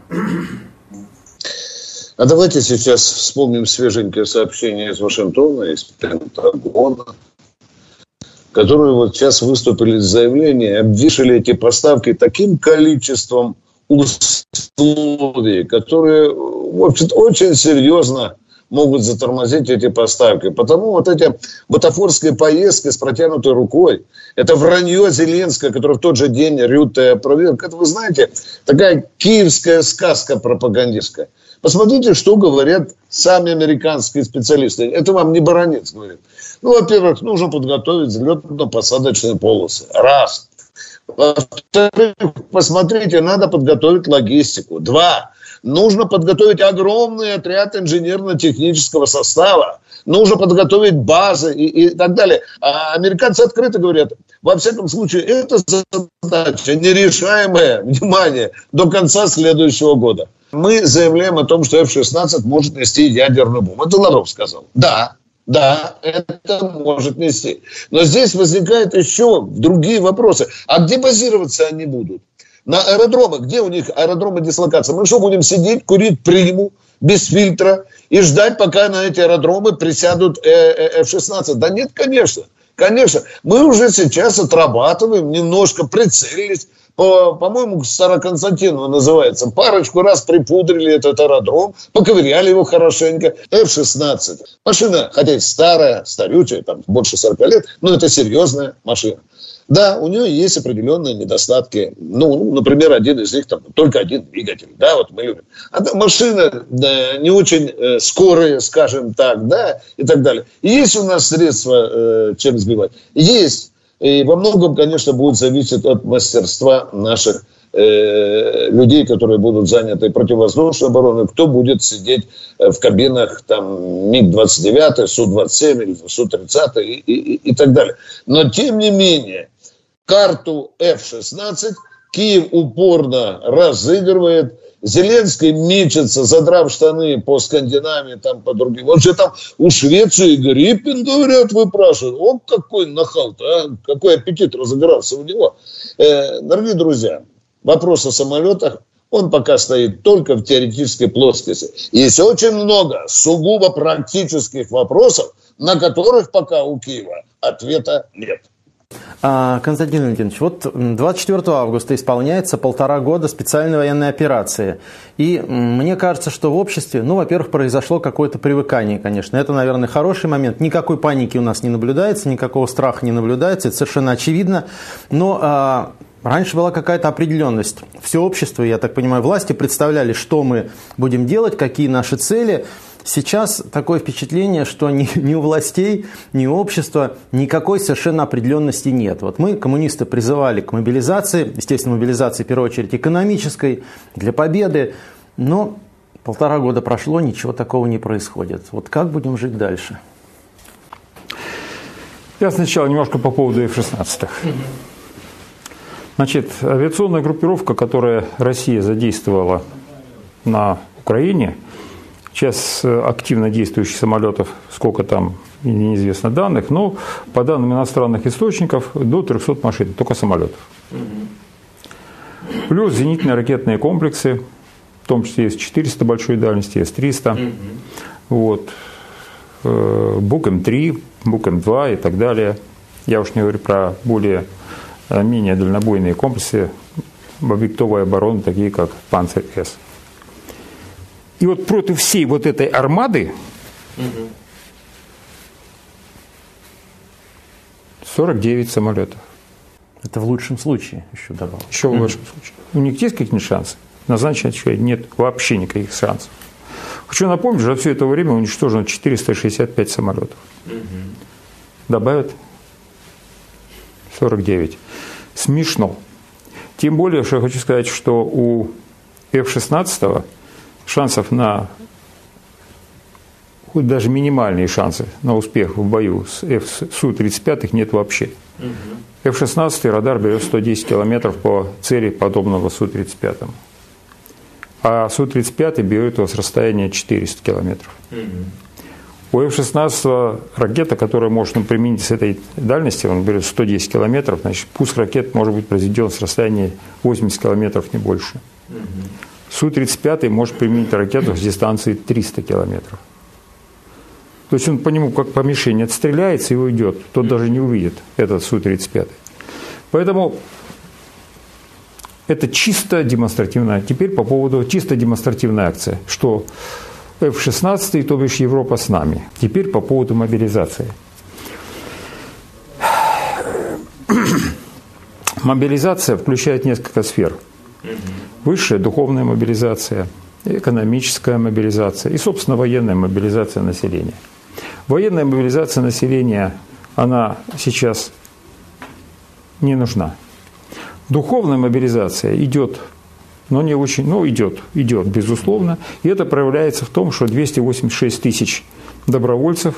А давайте сейчас вспомним свеженькое сообщение из Вашингтона, из Пентагона, которые сейчас выступили с заявлением, обвешали эти поставки таким количеством условий, которые, в общем-то, очень серьезно могут затормозить эти поставки. Потому эти бутафорские поездки с протянутой рукой, это вранье Зеленского, который в тот же день Рютте опроверг. Это, вы знаете, такая киевская сказка пропагандистская. Посмотрите, что говорят сами американские специалисты. Это вам не Баранец говорит. Во-первых, нужно подготовить взлетно-посадочные полосы. Раз. Во-вторых, посмотрите, надо подготовить логистику. Два. Нужно подготовить огромный отряд инженерно-технического состава. Нужно подготовить базы и так далее. А американцы открыто говорят, во всяком случае, это задача нерешаемая, внимание, до конца следующего года. Мы заявляем о том, что F-16 может нести ядерную бомбу. Это Лавров сказал. Да, это может нести. Но здесь возникают еще другие вопросы. А где базироваться они будут? На аэродромах. Где у них аэродромы дислокации? Мы что, будем сидеть, курить приму без фильтра и ждать, пока на эти аэродромы присядут F-16? Да нет, конечно. Конечно. Мы уже сейчас отрабатываем, немножко прицелились, по-моему, Староконстантиново называется. Парочку раз припудрили этот аэродром, поковыряли его хорошенько. F-16. Машина, хотя и старая, старючая, там больше 40 лет, но это серьезная машина. Да, у нее есть определенные недостатки. Ну, например, один из них, там, только один двигатель. Да, вот мы любим. А машина не очень скорая, скажем так, да, и так далее. Есть у нас средства, чем сбивать? Есть. И во многом, конечно, будет зависеть от мастерства наших людей, которые будут заняты противовоздушной обороной, кто будет сидеть в кабинах там МиГ-29, Су-27 или Су-30 и так далее. Но, тем не менее, карту F-16 Киев упорно разыгрывает. Зеленский мечется, задрав штаны по Скандинавии, там по другим. Он же там у Швеции Гриппин, говорят, выпрашивают. О, какой нахал-то, а? Какой аппетит разыгрался у него. Дорогие друзья, вопрос о самолетах, он пока стоит только в теоретической плоскости. Есть очень много сугубо практических вопросов, на которых пока у Киева ответа нет. Константин Валентинович, вот 24 августа исполняется 1,5 года специальной военной операции. И мне кажется, что в обществе, во-первых, произошло какое-то привыкание, конечно. Это, наверное, хороший момент. Никакой паники у нас не наблюдается, никакого страха не наблюдается, это совершенно очевидно. Но раньше была какая-то определенность. Все общество, я так понимаю, власти представляли, что мы будем делать, какие наши цели. Сейчас такое впечатление, что ни у властей, ни у общества никакой совершенно определенности нет. Вот мы, коммунисты, призывали к мобилизации, естественно, мобилизации в первую очередь экономической, для победы, но 1,5 года прошло, ничего такого не происходит. Вот как будем жить дальше? Я сначала немножко по поводу F-16. Значит, авиационная группировка, которая Россия задействовала на Украине, сейчас активно действующих самолетов, сколько там, неизвестно данных, но по данным иностранных источников до 300 машин, только самолетов. Плюс зенитно-ракетные комплексы, в том числе С-400 большой дальности, С-300, вот, Бук-М3, Бук-М2 и так далее. Я уж не говорю про более-менее дальнобойные комплексы объектовой обороны, такие как Панцирь-С. И вот против всей вот этой армады 49 самолетов. Это в лучшем случае еще добавил. Еще в лучшем случае. У них есть какие-нибудь шансы? Назначить человека нет вообще никаких шансов. Хочу напомнить, что за все это время уничтожено 465 самолетов. Добавят 49. Смешно. Тем более, что я хочу сказать, что у F-16 шансов на, хоть даже минимальные шансы на успех в бою с Су-35 нет вообще. F-16 радар берет 110 километров по цели подобного Су-35. А Су-35 берет его с расстояния 400 километров. У F-16 ракета, которая может применить с этой дальности, он берет 110 километров, значит, пуск ракет может быть произведен с расстояния 80 километров, не больше. Су-35 может применить ракету с дистанции 300 километров. То есть он по нему как по мишени отстреляется и уйдет. Тот даже не увидит этот Су-35. Поэтому это чисто демонстративная. Теперь по поводу чисто демонстративной акции. Что F-16, то бишь Европа с нами. Теперь по поводу мобилизации. Мобилизация включает несколько сфер. Высшая духовная мобилизация, экономическая мобилизация и, собственно, военная мобилизация населения. Военная мобилизация населения, она сейчас не нужна. Духовная мобилизация идет, но не очень, но идет, безусловно. И это проявляется в том, что 286 тысяч добровольцев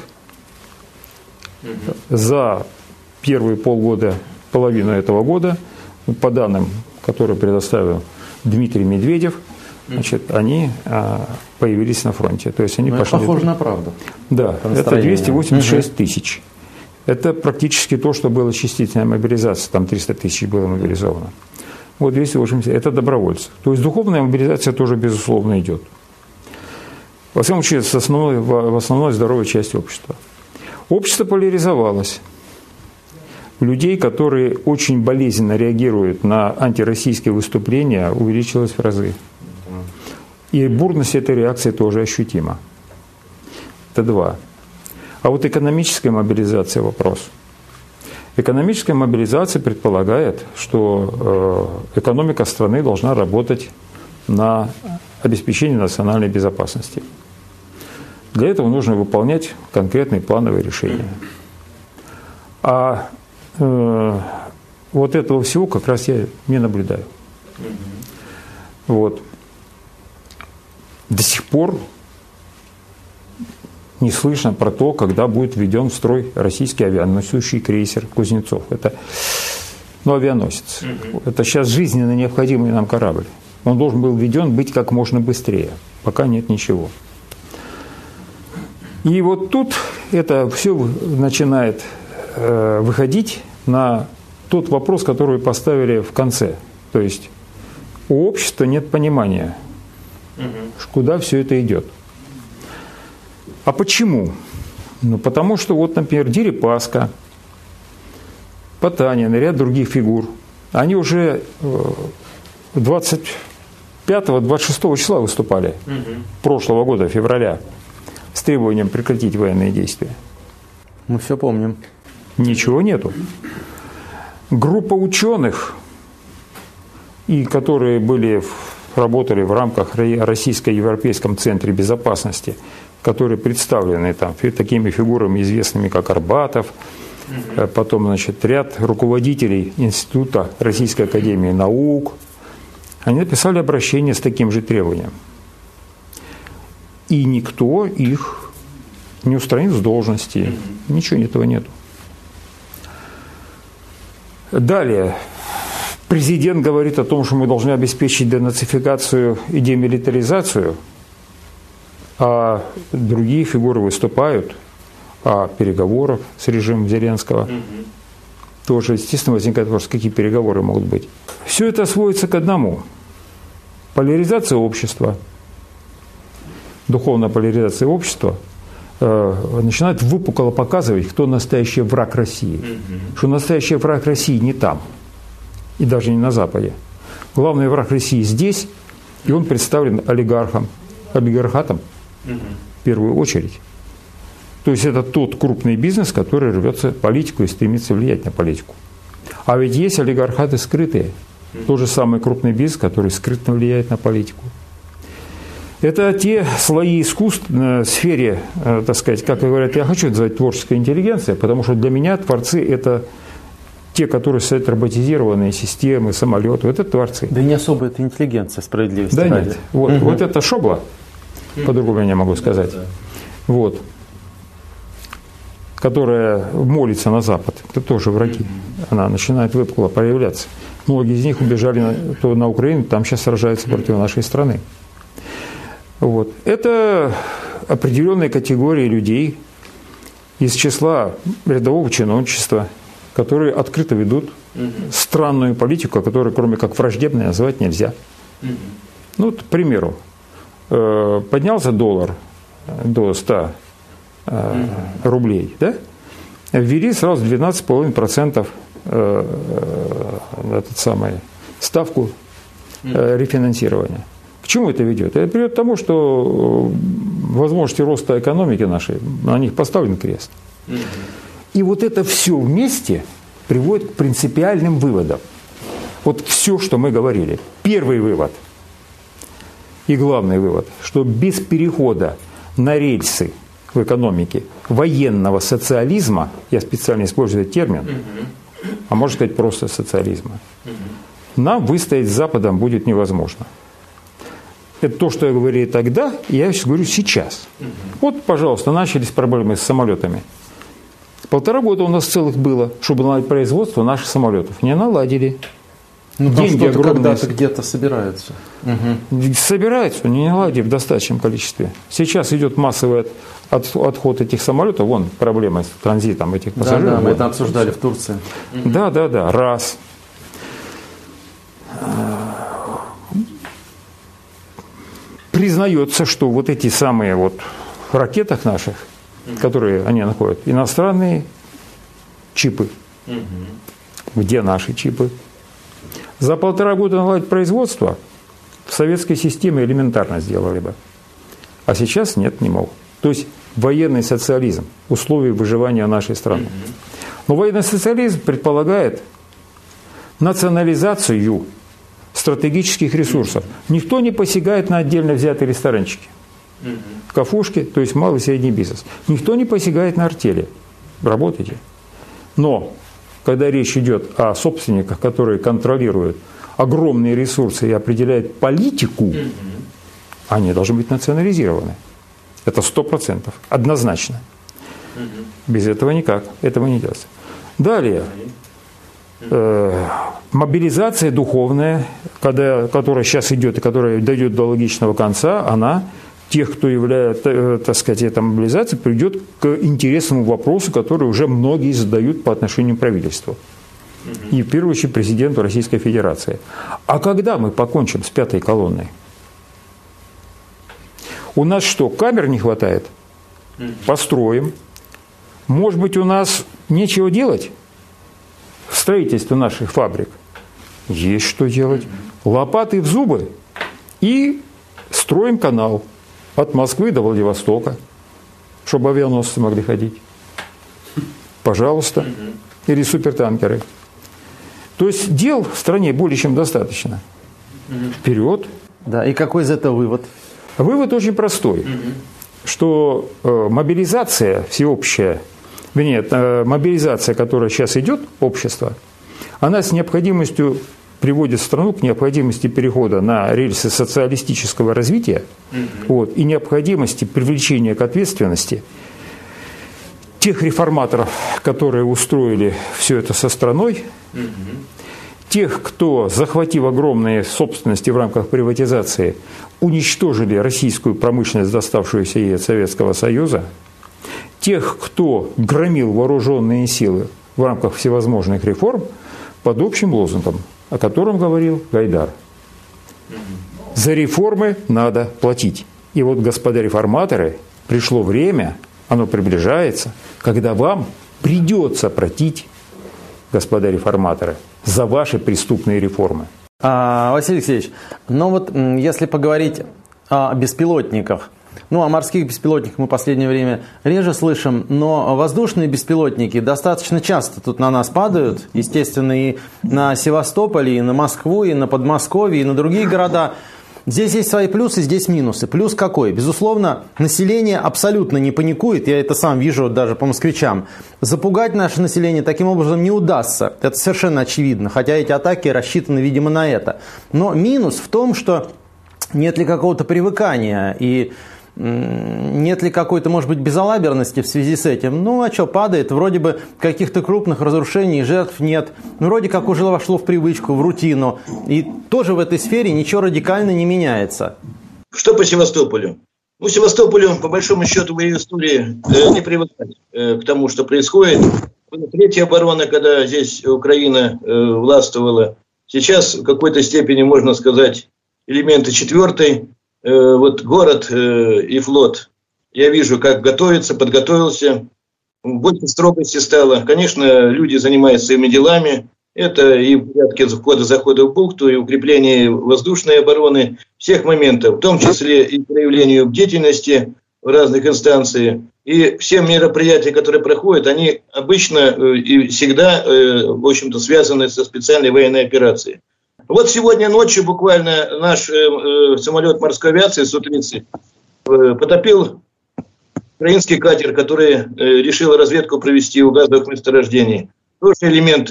за первые полгода, половину этого года, по данным, которые предоставил Дмитрий Медведев, значит, они появились на фронте. То есть они пошли. Похоже на правду. Да, это 286 тысяч. Это практически то, что было частичная мобилизация, там 300 тысяч было мобилизовано. Вот 280, это добровольцы. То есть духовная мобилизация тоже, безусловно, идет. Во всяком случае, в основной здоровой части общества. Общество поляризовалось. у людей, которые очень болезненно реагируют на антироссийские выступления, увеличилась в разы. И бурность этой реакции тоже ощутима. Это два. А вот экономическая мобилизация – вопрос. Экономическая мобилизация предполагает, что экономика страны должна работать на обеспечение национальной безопасности. Для этого нужно выполнять конкретные плановые решения. А вот этого всего как раз я не наблюдаю. Вот. До сих пор не слышно про то, когда будет введен в строй российский авианосущий крейсер «Кузнецов». Это авианосец. Это сейчас жизненно необходимый нам корабль. Он должен был введен быть как можно быстрее. Пока нет ничего. И вот тут это все начинает выходить на тот вопрос, который поставили в конце. То есть у общества нет понимания, куда все это идет. А почему? Ну, потому что, вот, например, Дерипаска, Потанин и ряд других фигур, они уже 25-26 числа выступали, прошлого года, февраля, с требованием прекратить военные действия. Мы все помним. Ничего нету. Группа ученых, и которые работали в рамках Российско-Европейском центре безопасности, которые представлены там такими фигурами известными, как Арбатов, потом, значит, ряд руководителей Института Российской академии наук, они написали обращение с таким же требованием. И никто их не устранил с должности. Ничего этого нету. Далее. Президент говорит о том, что мы должны обеспечить денацификацию и демилитаризацию, а другие фигуры выступают о переговорах с режимом Зеленского. Тоже, естественно, возникает вопрос, какие переговоры могут быть. Все это сводится к одному. Поляризация общества, духовная поляризация общества начинает выпукло показывать, кто настоящий враг России. Что настоящий враг России не там, и даже не на Западе. Главный враг России здесь, и он представлен олигархатом, в первую очередь. То есть это тот крупный бизнес, который рвется в политику и стремится влиять на политику. А ведь есть олигархаты скрытые. Тот же самый крупный бизнес, который скрытно влияет на политику. Это те слои искусств в сфере, так сказать, как говорят, я хочу называть творческая интеллигенция, потому что для меня творцы – это те, которые создают роботизированные системы, самолеты. Вот это творцы. Да не особо это интеллигенция, справедливости. Да нет. Вот это шобла, по-другому я не могу сказать. Вот. Которая молится на Запад. Это тоже враги. Она начинает выпукло проявляться. Многие из них убежали на Украину, там сейчас сражаются против нашей страны. Вот. Это определенные категории людей из числа рядового чиновничества, которые открыто ведут странную политику, которую, кроме как враждебной, назвать нельзя. Ну, вот, к примеру, поднялся доллар до 100 рублей, да? Ввели сразу 12,5% ставку рефинансирования. К чему это ведет? Это приведет к тому, что возможности роста экономики нашей, на них поставлен крест. И вот это все вместе приводит к принципиальным выводам. Вот все, что мы говорили. Первый вывод и главный вывод, что без перехода на рельсы в экономике военного социализма, я специально использую этот термин, а можно сказать просто социализма, нам выстоять с Западом будет невозможно. Это то, что я говорил тогда, и я говорю сейчас. Вот, пожалуйста, начались проблемы с самолетами. 1,5 года у нас целых было, чтобы наладить производство наших самолетов. Не наладили. Ну, деньги огромные. Когда-то где-то собираются. Собираются, не наладили в достаточном количестве. Сейчас идет массовый отход этих самолетов. Вон проблема с транзитом этих пассажиров. Да, мы это обсуждали в Турции. Да. Раз. Признается, что вот эти самые вот в ракетах наших, которые они находят, иностранные чипы Где наши чипы? За 1,5 года наладить производство в советской системе элементарно сделали бы. А сейчас нет, не могут. То есть военный социализм, условия выживания нашей страны. Но военный социализм предполагает национализацию стратегических ресурсов. Никто не посягает на отдельно взятые ресторанчики, кафушки, то есть малый и средний бизнес. Никто не посягает на артели. Работайте. Но когда речь идет о собственниках, которые контролируют огромные ресурсы и определяют политику, они должны быть национализированы. Это 100%. Однозначно. Без этого никак. Этого не делается. Далее. Мобилизация духовная, которая сейчас идет и которая дойдет до логичного конца, она тех, кто является, так сказать, эта мобилизация, приведет к интересному вопросу, который уже многие задают по отношению к правительству. И в первую очередь президенту Российской Федерации. А когда мы покончим с 5-й колонной? У нас что, камер не хватает? Построим. Может быть, у нас нечего делать? В строительстве наших фабрик есть что делать. Лопаты в зубы и строим канал от Москвы до Владивостока, чтобы авианосцы могли ходить. Пожалуйста. Или супертанкеры. То есть дел в стране более чем достаточно. Вперед. Да, и какой из этого вывод? Вывод очень простой, что мобилизация всеобщая, мобилизация, которая сейчас идет, общество, она с необходимостью приводит страну к необходимости перехода на рельсы социалистического развития и необходимости привлечения к ответственности тех реформаторов, которые устроили все это со страной, тех, кто, захватив огромные собственности в рамках приватизации, уничтожили российскую промышленность, доставшуюся ей от Советского Союза, тех, кто громил вооруженные силы в рамках всевозможных реформ под общим лозунгом, о котором говорил Гайдар. За реформы надо платить. И вот, господа реформаторы, пришло время, оно приближается, когда вам придется платить, господа реформаторы, за ваши преступные реформы. Василий Алексеевич, ну вот если поговорить о беспилотниках, о морских беспилотниках мы в последнее время реже слышим, но воздушные беспилотники достаточно часто тут на нас падают, естественно, и на Севастополь, и на Москву, и на Подмосковье, и на другие города. Здесь есть свои плюсы, здесь минусы. Плюс какой? Безусловно, население абсолютно не паникует, я это сам вижу даже по москвичам. Запугать наше население таким образом не удастся, это совершенно очевидно, хотя эти атаки рассчитаны, видимо, на это. Но минус в том, что нет ли какого-то привыкания и нет ли какой-то, может быть, безалаберности в связи с этим? А что, падает, вроде бы каких-то крупных разрушений, жертв нет, вроде как уже вошло в привычку, в рутину, и тоже в этой сфере ничего радикально не меняется. Что по Севастополю? Севастополю, по большому счету, в ее истории не привыкать к тому, что происходит. Третья оборона, когда здесь Украина властвовала. Сейчас в какой-то степени, можно сказать, элементы четвертой. Вот город и флот, я вижу, как готовится, подготовился, больше строгости стало. Конечно, люди занимаются своими делами. Это и в порядке входа-захода в бухту, и укрепление воздушной обороны, всех моментов, в том числе и проявлению бдительности в разных инстанциях. И все мероприятия, которые проходят, они обычно и всегда, в общем-то, связаны со специальной военной операцией. Вот сегодня ночью буквально наш самолет морской авиации Су-30 потопил украинский катер, который решил разведку провести у газовых месторождений. Тоже элемент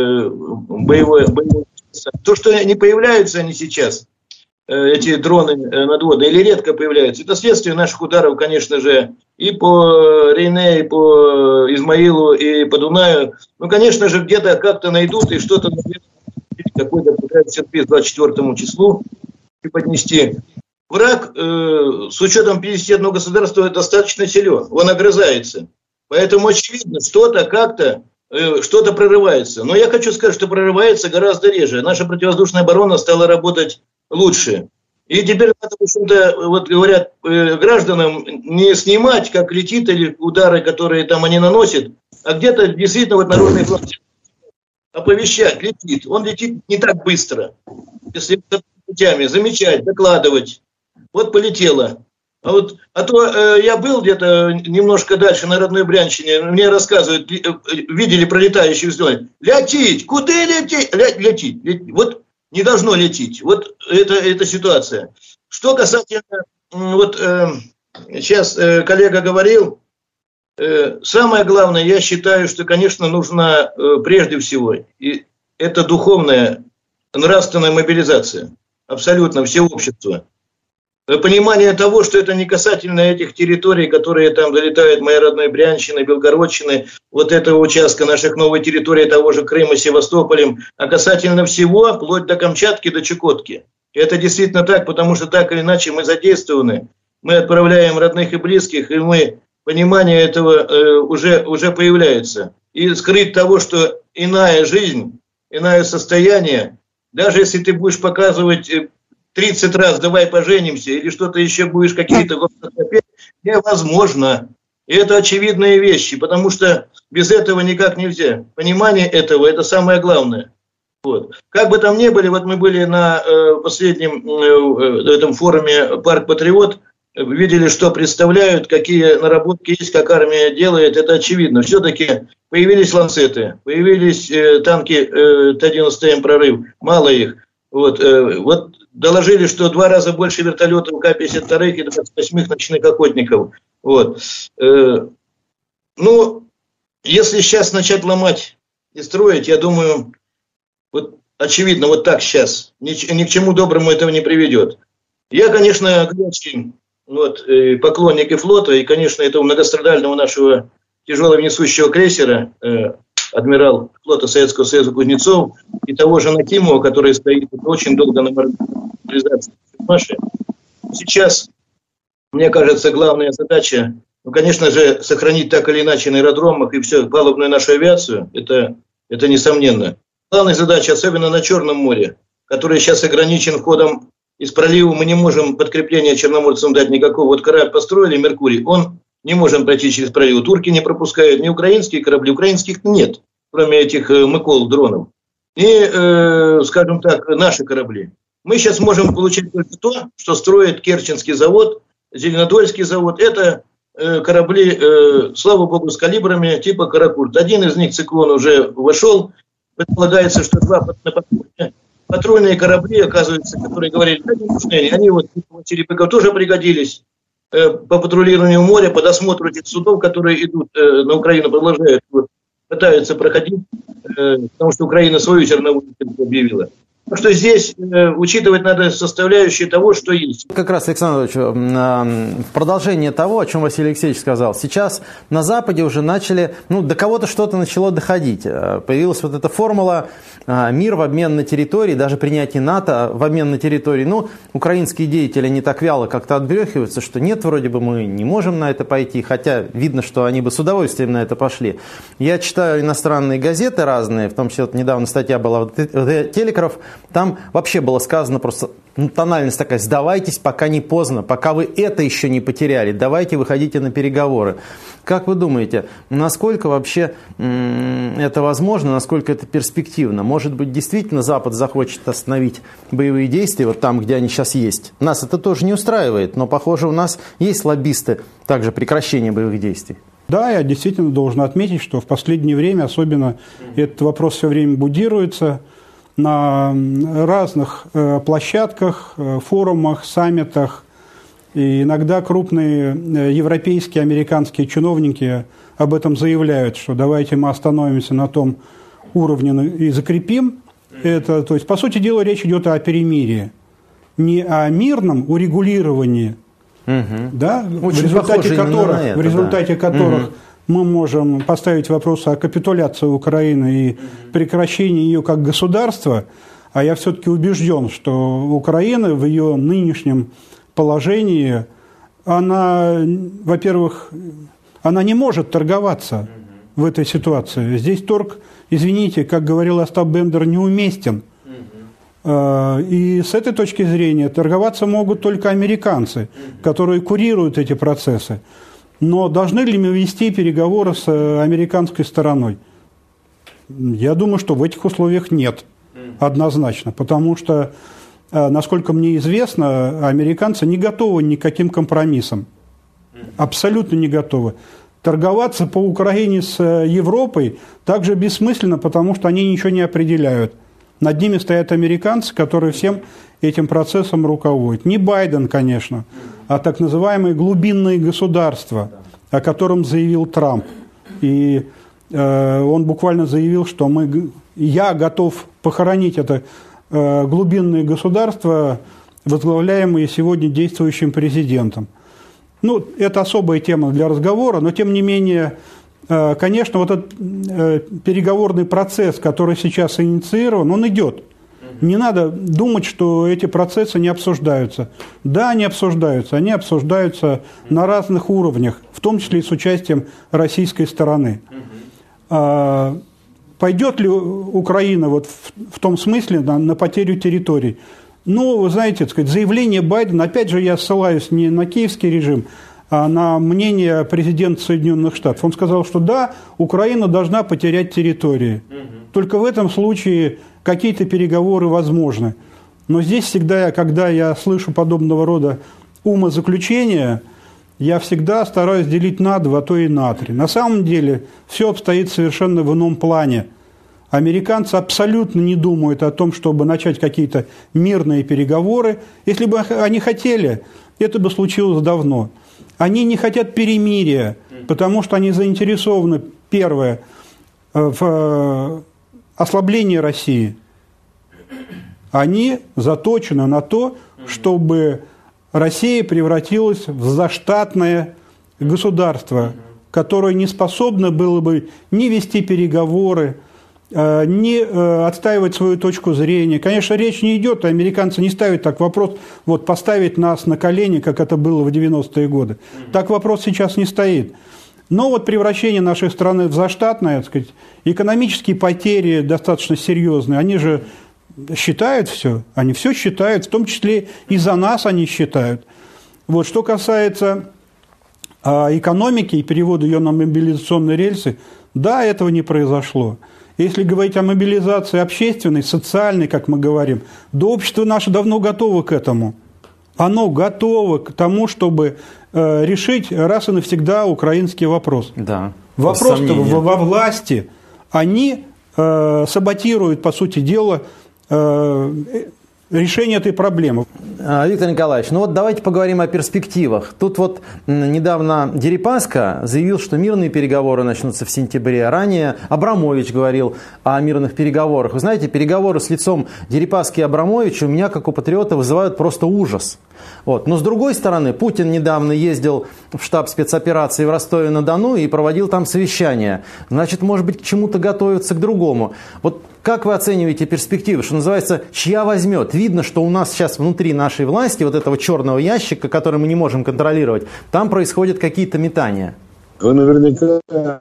боевой. То, что не появляются они сейчас, эти дроны надводные, или редко появляются, это следствие наших ударов, конечно же, и по Рейне, и по Измаилу, и по Дунаю. Конечно же, где-то как-то найдут и что-то какой-то сюрприз 24 числу поднести. Враг, с учетом 51 государства, достаточно силен. Он огрызается. Поэтому очевидно, что-то как-то, что-то прорывается. Но я хочу сказать, что прорывается гораздо реже. Наша противовоздушная оборона стала работать лучше. И теперь надо, в общем-то, вот говорят гражданам, не снимать, как летит, или удары, которые там они наносят, а где-то действительно вот Народный фронт оповещать, летит. Он летит не так быстро. Если путями замечать, докладывать. Вот полетело. А то я был где-то немножко дальше на родной Брянщине, мне рассказывают, видели пролетающих звезд. Летить! Куда лететь? Летить. Вот не должно лететь. Вот это ситуация. Что касательно, вот сейчас коллега говорил, самое главное, я считаю, что, конечно, нужна прежде всего, и это духовная, нравственная мобилизация. Абсолютно все общество. Понимание того, что это не касательно этих территорий, которые там долетают, моей родной Брянщины, Белгородчины, вот этого участка наших новой территории, того же Крыма, Севастополем, а касательно всего, вплоть до Камчатки, до Чукотки. И это действительно так, потому что так или иначе мы задействованы, мы отправляем родных и близких, и понимание этого уже появляется. И скрыть того, что иная жизнь, иное состояние, даже если ты будешь показывать 30 раз «давай поженимся» или что-то еще будешь какие-то невозможно. И это очевидные вещи, потому что без этого никак нельзя. Понимание этого – это самое главное. Вот. Как бы там ни были, вот мы были на последнем этом форуме «Парк Патриот», видели, что представляют, какие наработки есть, как армия делает, это очевидно. Все-таки появились ланцеты, появились танки Т-90М «Прорыв», мало их. Вот доложили, что 2 раза больше вертолетов К-52 и 28 ночных охотников. Вот. Если сейчас начать ломать и строить, я думаю, вот очевидно, вот так сейчас, ни к чему доброму этого не приведет. Я, конечно, горячий поклонник и флота, и, конечно, этого многострадального нашего тяжелого несущего крейсера, адмирал флота Советского Союза Кузнецов, и того же Накимова, который стоит очень долго на мобилизации нашей. Сейчас, мне кажется, главная задача, конечно же, сохранить так или иначе на аэродромах и все, палубную нашу авиацию, это несомненно. Главная задача, особенно на Черном море, который сейчас ограничен входом из пролива, мы не можем подкрепление черноморцам дать никакого. Вот корабль построили, Меркурий, он не можем пройти через пролив. Турки не пропускают ни украинские корабли, украинских нет, кроме этих Микол дронов. И, скажем так, наши корабли. Мы сейчас можем получить только то, что строит Керченский завод, Зеленодольский завод. Это корабли, слава богу, с калибрами типа «Каракурт». Один из них, «Циклон», уже вошел. Предполагается, что 2 патрульные корабли, оказывается, которые говорили, да, не нужны, они вот Черепыков тоже пригодились по патрулированию моря, по досмотру этих судов, которые идут на Украину, продолжают, пытаются проходить, потому что Украина свою черновую объявила. Так что здесь учитывать надо составляющие того, что есть. Как раз, Александр Ильич, в продолжение того, о чем Василий Алексеевич сказал, сейчас на Западе уже начали, до кого-то что-то начало доходить. Появилась вот эта формула «мир в обмен на территории», даже принятие НАТО в обмен на территории. Украинские деятели не так вяло как-то отбрехиваются, что нет, вроде бы мы не можем на это пойти, хотя видно, что они бы с удовольствием на это пошли. Я читаю иностранные газеты разные, в том числе недавно статья была «Телекров», там вообще было сказано просто, тональность такая: сдавайтесь, пока не поздно, пока вы это еще не потеряли, давайте выходите на переговоры. Как вы думаете, насколько вообще это возможно, насколько это перспективно? Может быть, действительно Запад захочет остановить боевые действия вот там, где они сейчас есть? Нас это тоже не устраивает, но, похоже, у нас есть лоббисты также прекращения боевых действий. Да, я действительно должен отметить, что в последнее время особенно этот вопрос все время будируется на разных площадках, форумах, саммитах. И иногда крупные европейские, американские чиновники об этом заявляют, что давайте мы остановимся на том уровне и закрепим это. То есть, по сути дела, речь идет о перемирии, не о мирном урегулировании, да, в результате которых мы можем поставить вопрос о капитуляции Украины и прекращении ее как государства, а я все-таки убежден, что Украина в ее нынешнем положении, она, во-первых, она не может торговаться в этой ситуации. Здесь торг, извините, как говорил Остап Бендер, неуместен. И с этой точки зрения торговаться могут только американцы, которые курируют эти процессы. Но должны ли мы вести переговоры с американской стороной? Я думаю, что в этих условиях нет, однозначно, потому что, насколько мне известно, американцы не готовы ни к каким компромиссам, абсолютно не готовы. Торговаться по Украине с Европой также бессмысленно, потому что они ничего не определяют. Над ними стоят американцы, которые всем этим процессом руководят. Не Байден, конечно, а так называемые глубинные государства, о котором заявил Трамп. И он буквально заявил, что я готов похоронить это глубинное государство, возглавляемое сегодня действующим президентом. Ну, это особая тема для разговора, но тем не менее, конечно, вот этот переговорный процесс, который сейчас инициирован, он идет. Не надо думать, что эти процессы не обсуждаются. Да, они обсуждаются на разных уровнях, в том числе и с участием российской стороны. Пойдет ли Украина вот в том смысле на потерю территорий? Ну, вы знаете, так сказать, заявление Байдена, опять же, я ссылаюсь не на киевский режим, а на мнение президента Соединенных Штатов. Он сказал, что да, Украина должна потерять территории. Только в этом случае какие-то переговоры возможны. Но здесь всегда, когда я слышу подобного рода умозаключения, я всегда стараюсь делить на два, а то и на три. На самом деле все обстоит совершенно в ином плане. Американцы абсолютно не думают о том, чтобы начать какие-то мирные переговоры. Если бы они хотели, это бы случилось давно. Они не хотят перемирия, потому что они заинтересованы, первое, в ослаблении России. Они заточены на то, чтобы Россия превратилась в заштатное государство, которое не способно было бы ни вести переговоры, не отстаивать свою точку зрения. Конечно, речь не идет, американцы не ставят так вопрос, вот поставить нас на колени, как это было в 90-е годы. Так вопрос сейчас не стоит. Но вот превращение нашей страны в заштатное, так сказать, экономические потери достаточно серьезные, они же считают все, они все считают, в том числе и за нас они считают. Вот, что касается экономики и перевода ее на мобилизационные рельсы, да, этого не произошло. Если говорить о мобилизации общественной, социальной, как мы говорим, да общество наше давно готово к этому. Оно готово к тому, чтобы решить раз и навсегда украинский вопрос. Да. Вопрос-то во власти. Они саботируют, по сути дела, решение этой проблемы. Виктор Николаевич, ну вот давайте поговорим о перспективах. Тут вот недавно Дерипаска заявил, что мирные переговоры начнутся в сентябре. Ранее Абрамович говорил о мирных переговорах. Вы знаете, переговоры с лицом Дерипаски и Абрамовича у меня, как у патриота, вызывают просто ужас. Вот. Но с другой стороны, Путин недавно ездил в штаб спецоперации в Ростове-на-Дону и проводил там совещание. Значит, может быть, к чему-то готовиться к другому. Вот как вы оцениваете перспективы, что называется, чья возьмет? Видно, что у нас сейчас внутри нашей власти, вот этого черного ящика, который мы не можем контролировать, там происходят какие-то метания. Вы наверняка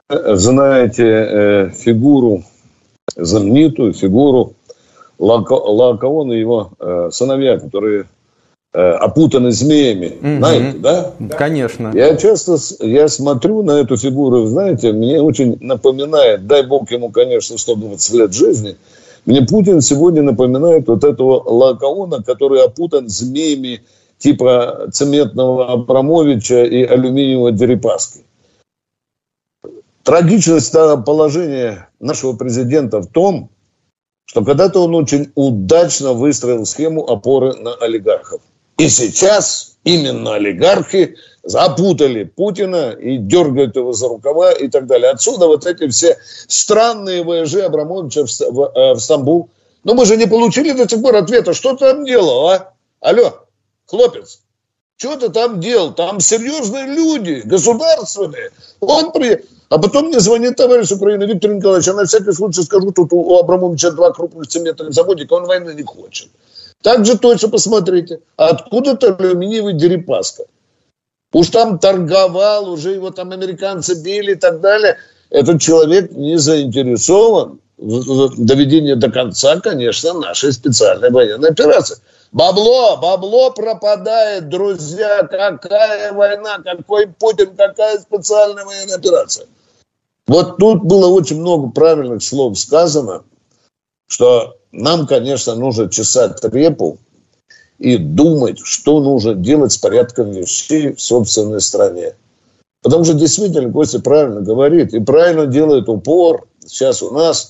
знаете фигуру, знаменитую фигуру Лаокоона и его сыновья, которые опутаны змеями. Знаете, да? Конечно. Я смотрю на эту фигуру, знаете, мне очень напоминает, дай бог ему, конечно, 120 лет жизни, мне Путин сегодня напоминает вот этого Лаокоона, который опутан змеями типа цементного Абрамовича и алюминиевого Дерипаски. Трагичность положения нашего президента в том, что когда-то он очень удачно выстроил схему опоры на олигархов. И сейчас именно олигархи запутали Путина и дергают его за рукава и так далее. Отсюда вот эти все странные вояжи Абрамовича в Стамбул. Но мы же не получили до сих пор ответа, что ты там делал, а? Алло, хлопец, что ты там делал? Там серьезные люди, государственные. А потом мне звонит товарищ Украины Виктор Николаевич, я на всякий случай скажу, тут у Абрамовича 2 крупных цементных заводика, он войны не хочет. Так же точно посмотрите, откуда-то алюминиевый Дерипаска. Уж там торговал, уже его там американцы били и так далее. Этот человек не заинтересован в доведении до конца, конечно, нашей специальной военной операции. Бабло пропадает, друзья. Какая война, какой Путин, какая специальная военная операция. Вот тут было очень много правильных слов сказано, что нам, конечно, нужно чесать репу и думать, что нужно делать с порядком вещей в собственной стране. Потому что действительно Костя правильно говорит и правильно делает упор сейчас у нас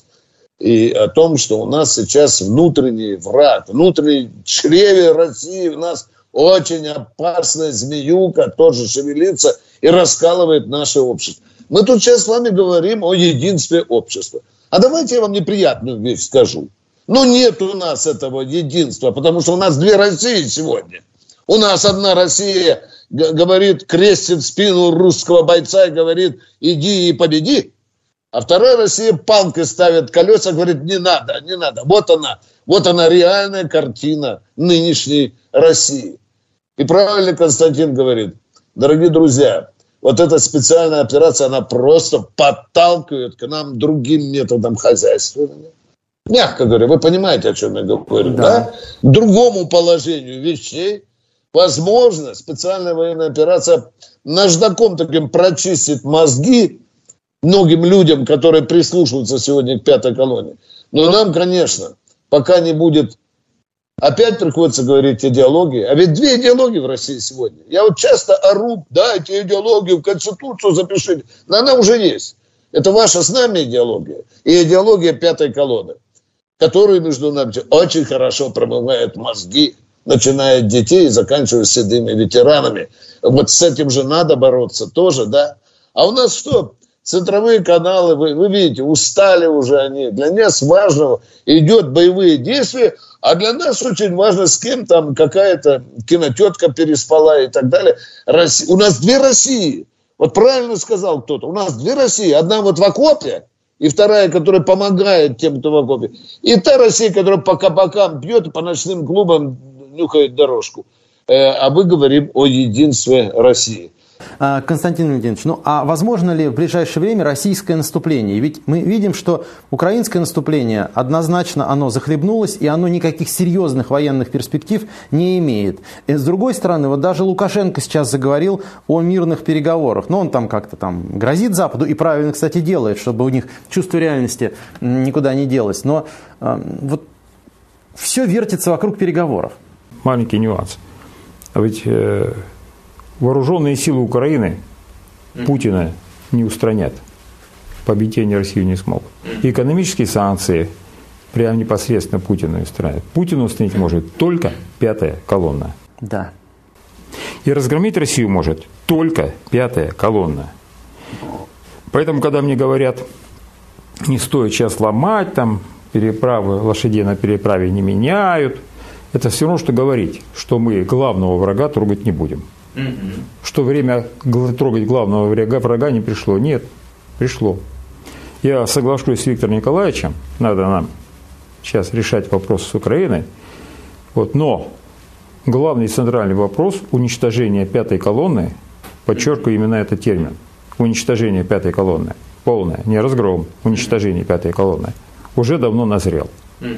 и о том, что у нас сейчас внутренний враг, внутренний чреве России у нас очень опасная змеюка тоже шевелится и раскалывает наше общество. Мы тут сейчас с вами говорим о единстве общества. А давайте я вам неприятную вещь скажу. Ну, нет у нас этого единства, потому что у нас две России сегодня. У нас одна Россия говорит, крестит спину русского бойца и говорит, иди и победи. А вторая Россия палкой ставит колеса, говорит, не надо, не надо. Вот она реальная картина нынешней России. И правильно Константин говорит, дорогие друзья, вот эта специальная операция, она просто подталкивает к нам другим методам хозяйствования. Мягко говоря, вы понимаете, о чем я говорю, да? К другому положению вещей. Возможно, специальная военная операция наждаком таким прочистит мозги многим людям, которые прислушиваются сегодня к пятой колонне. Но нам, конечно, пока не будет... Опять приходится говорить идеологии. А ведь две идеологии в России сегодня. Я вот часто ору, дайте идеологию в Конституцию запишите. Но она уже есть. Это ваша с нами идеология. И идеология пятой колонны, которая между нами очень хорошо промывает мозги, начиная от детей и заканчивая седыми ветеранами. Вот с этим же надо бороться тоже, да? А у нас что? Центровые каналы, вы видите, устали уже они. Для нас важно, идет боевые действия, а для нас очень важно, с кем там какая-то кинотетка переспала и так далее. У нас две России. Вот правильно сказал кто-то. У нас две России. Одна вот в окопе, и вторая, которая помогает тем, кто в окопе. И та Россия, которая по кабакам пьет и по ночным клубам нюхает дорожку. А мы говорим о единстве России. Константин Валентинович, ну а возможно ли в ближайшее время российское наступление? Ведь мы видим, что украинское наступление однозначно оно захлебнулось, и оно никаких серьезных военных перспектив не имеет. И с другой стороны, вот даже Лукашенко сейчас заговорил о мирных переговорах. Но он там как-то там грозит Западу, и правильно, кстати, делает, чтобы у них чувство реальности никуда не делось. Но вот все вертится вокруг переговоров. Маленький нюанс. А ведь... Вооруженные силы Украины Путина не устранят. Победить они Россию не смогут. И экономические санкции прям непосредственно Путина устраняют. Путина устранить может только пятая колонна. Да. И разгромить Россию может только пятая колонна. Поэтому, когда мне говорят, не стоит сейчас ломать, там, переправы, лошадей на переправе не меняют, это все равно, что говорить, что мы главного врага трогать не будем. Что время трогать главного врага не пришло. Нет, пришло. Я соглашусь с Виктором Николаевичем, надо нам сейчас решать вопрос с Украиной. Вот, но главный центральный вопрос уничтожения пятой колонны, подчеркиваю именно этот термин, уничтожение пятой колонны, полное, не разгром, уничтожение пятой колонны, уже давно назрел.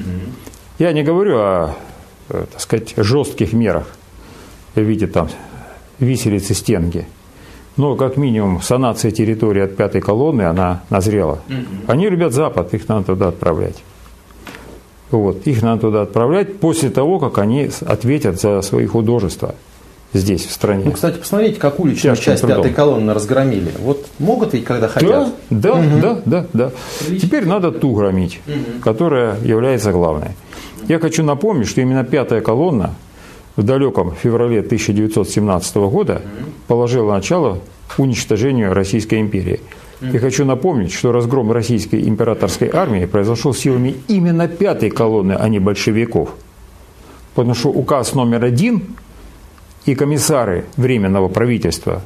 Я не говорю о, так сказать, жестких мерах в виде там виселицы, стенки. Но, как минимум, санация территории от пятой колонны, она назрела. Они любят Запад, их надо туда отправлять. Вот, их надо туда отправлять после того, как они ответят за свои художества здесь, в стране. Ну, кстати, посмотрите, как уличную часть пятой колонны разгромили. Вот могут ведь, когда хотят? Да. Теперь надо ту громить, которая является главной. Я хочу напомнить, что именно пятая колонна в далеком феврале 1917 года положила начало уничтожению Российской империи. И хочу напомнить, что разгром российской императорской армии произошел силами именно пятой колонны, а не большевиков. Потому что указ номер 1 и комиссары Временного правительства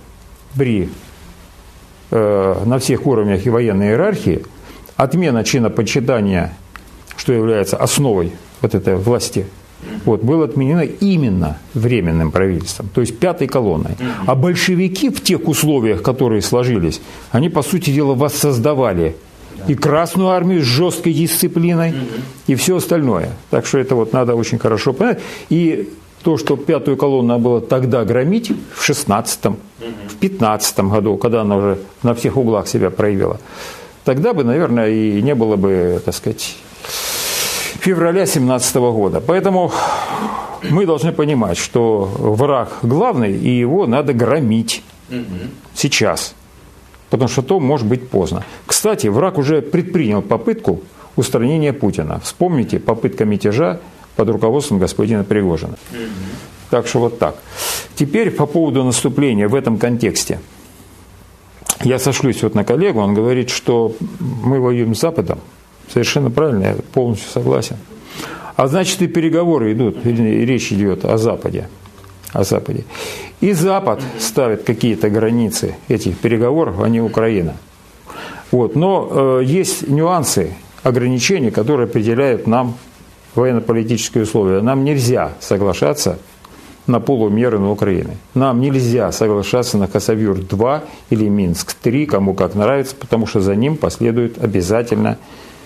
на всех уровнях и военной иерархии, отмена чинопочитания, что является основой вот этой власти, было отменено именно Временным правительством, то есть пятой колонной. А большевики в тех условиях, которые сложились, они, по сути дела, воссоздавали и Красную армию с жесткой дисциплиной, и все остальное. Так что это вот надо очень хорошо понять. И то, что пятую колонну было тогда громить, в 16-м, в 15-м году, когда она уже на всех углах себя проявила, тогда бы, наверное, и не было бы, так сказать, февраля 2017 года. Поэтому мы должны понимать, что враг главный, и его надо громить сейчас. Потому что то может быть поздно. Кстати, враг уже предпринял попытку устранения Путина. Вспомните, попытка мятежа под руководством господина Пригожина. Так что вот так. Теперь по поводу наступления в этом контексте. Я сошлюсь вот на коллегу, он говорит, что мы воюем с Западом. Совершенно правильно, я полностью согласен. А значит, и переговоры идут, и речь идет о Западе. О Западе. И Запад ставит какие-то границы этих переговоров, а не Украина. Вот. Но есть нюансы, ограничения, которые определяют нам военно-политические условия. Нам нельзя соглашаться на полумеры на Украине. Нам нельзя соглашаться на Хасавюрт-2 или Минск-3, кому как нравится, потому что за ним последует обязательно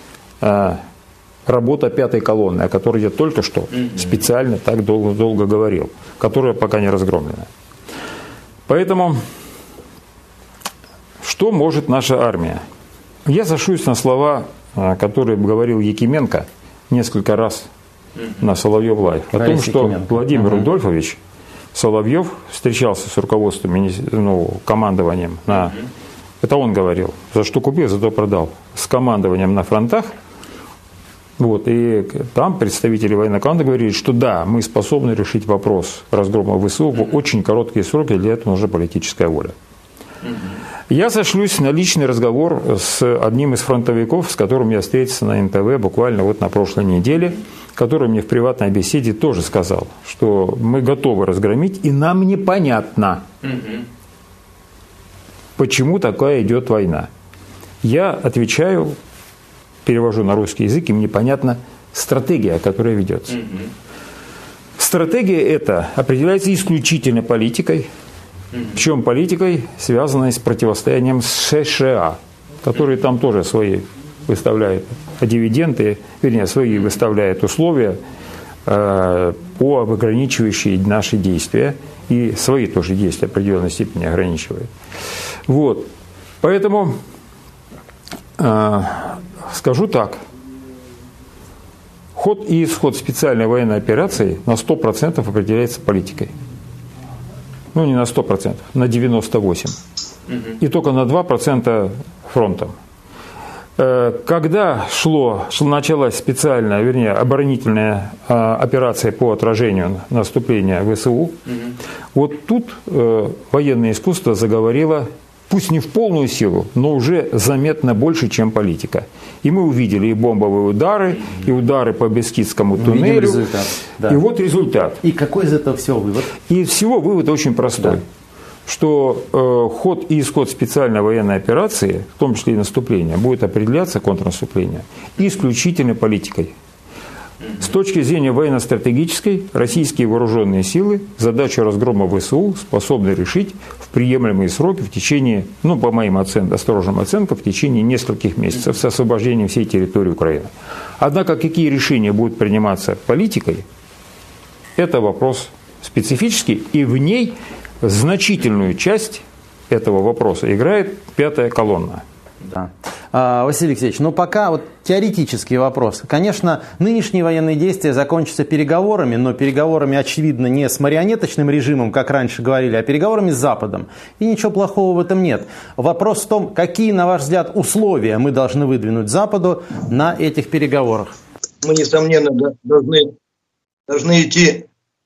работа пятой колонны, о которой я только что специально так долго говорил, которая пока не разгромлена. Поэтому, что может наша армия? Я сошлюсь на слова, которые говорил Якименко несколько раз на Соловьев Лайв, о том, что Владимир Рудольфович Соловьев встречался с руководством, командованием на... Это он говорил, за что купил, за то продал. С командованием на фронтах. Вот, и там представители военной команды говорили, что да, мы способны решить вопрос разгрома ВСУ в очень короткие сроки, для этого нужна политическая воля. Я сошлюсь на личный разговор с одним из фронтовиков, с которым я встретился на НТВ буквально вот на прошлой неделе, который мне в приватной беседе тоже сказал, что мы готовы разгромить, и нам непонятно, почему такая идет война. Я отвечаю, перевожу на русский язык, им непонятна стратегия, которая ведется. Стратегия эта определяется исключительно политикой, причем политикой, связанной с противостоянием с США, которые там тоже свои выставляют дивиденды, вернее, свои выставляют условия по ограничивающие наши действия, и свои тоже действия в определенной степени ограничивают. Вот. Поэтому скажу так. Ход и исход специальной военной операции на 100% определяется политикой. Ну, не на 100%, на 98%. И только на 2% фронтом. Когда началась специальная, вернее, оборонительная операция по отражению наступления ВСУ, вот тут военное искусство заговорило, пусть не в полную силу, но уже заметно больше, чем политика. И мы увидели и бомбовые удары, и удары по Бескидскому туннелю. Результат, да. И вот результат. И какой из этого всего вывод? И из всего вывод очень простой. Да. Что ход и исход специальной военной операции, в том числе и наступления, будет определяться, контрнаступление, исключительно политикой. С точки зрения военно-стратегической, российские вооруженные силы задачу разгрома ВСУ способны решить в приемлемые сроки в течение, по моим осторожным оценкам, в течение нескольких месяцев с освобождением всей территории Украины. Однако какие решения будут приниматься политикой, это вопрос специфический, и в ней значительную часть этого вопроса играет пятая колонна. Да. Василий Алексеевич, пока теоретический вопрос. Конечно, нынешние военные действия закончатся переговорами, но переговорами, очевидно, не с марионеточным режимом, как раньше говорили, а переговорами с Западом. И ничего плохого в этом нет. Вопрос в том, какие, на ваш взгляд, условия мы должны выдвинуть Западу на этих переговорах? Мы, несомненно, должны идти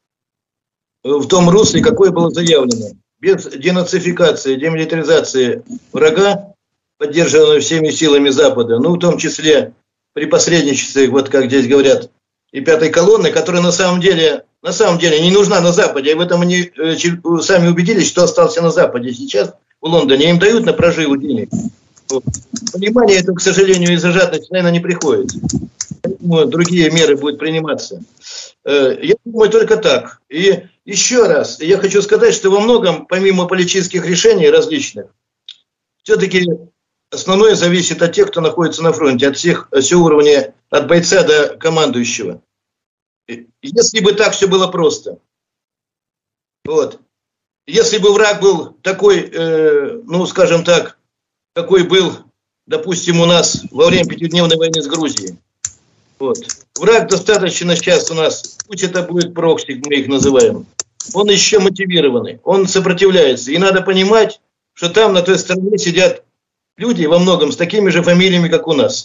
в том русле, какое было заявлено. Без денацификации, демилитаризации врага, поддержанную всеми силами Запада, в том числе при посредничестве, как здесь говорят, и пятой колонны, которая на самом деле не нужна на Западе. И в этом они сами убедились, что остался на Западе сейчас, в Лондоне. Им дают на проживу денег. Понимание этого, к сожалению, из-за жадности, наверное, не приходит. Поэтому другие меры будут приниматься. Я думаю, только так. И еще раз, я хочу сказать, что во многом, помимо политических решений различных, все-таки основное зависит от тех, кто находится на фронте, от всех уровня, от бойца до командующего. Если бы так все было просто, если бы враг был такой, скажем так, какой был допустим, у нас во время пятидневной войны с Грузией. Вот. Враг достаточно сейчас у нас, пусть это будет прокси, мы их называем, он еще мотивированный, он сопротивляется. И надо понимать, что там на той стороне сидят люди во многом с такими же фамилиями, как у нас.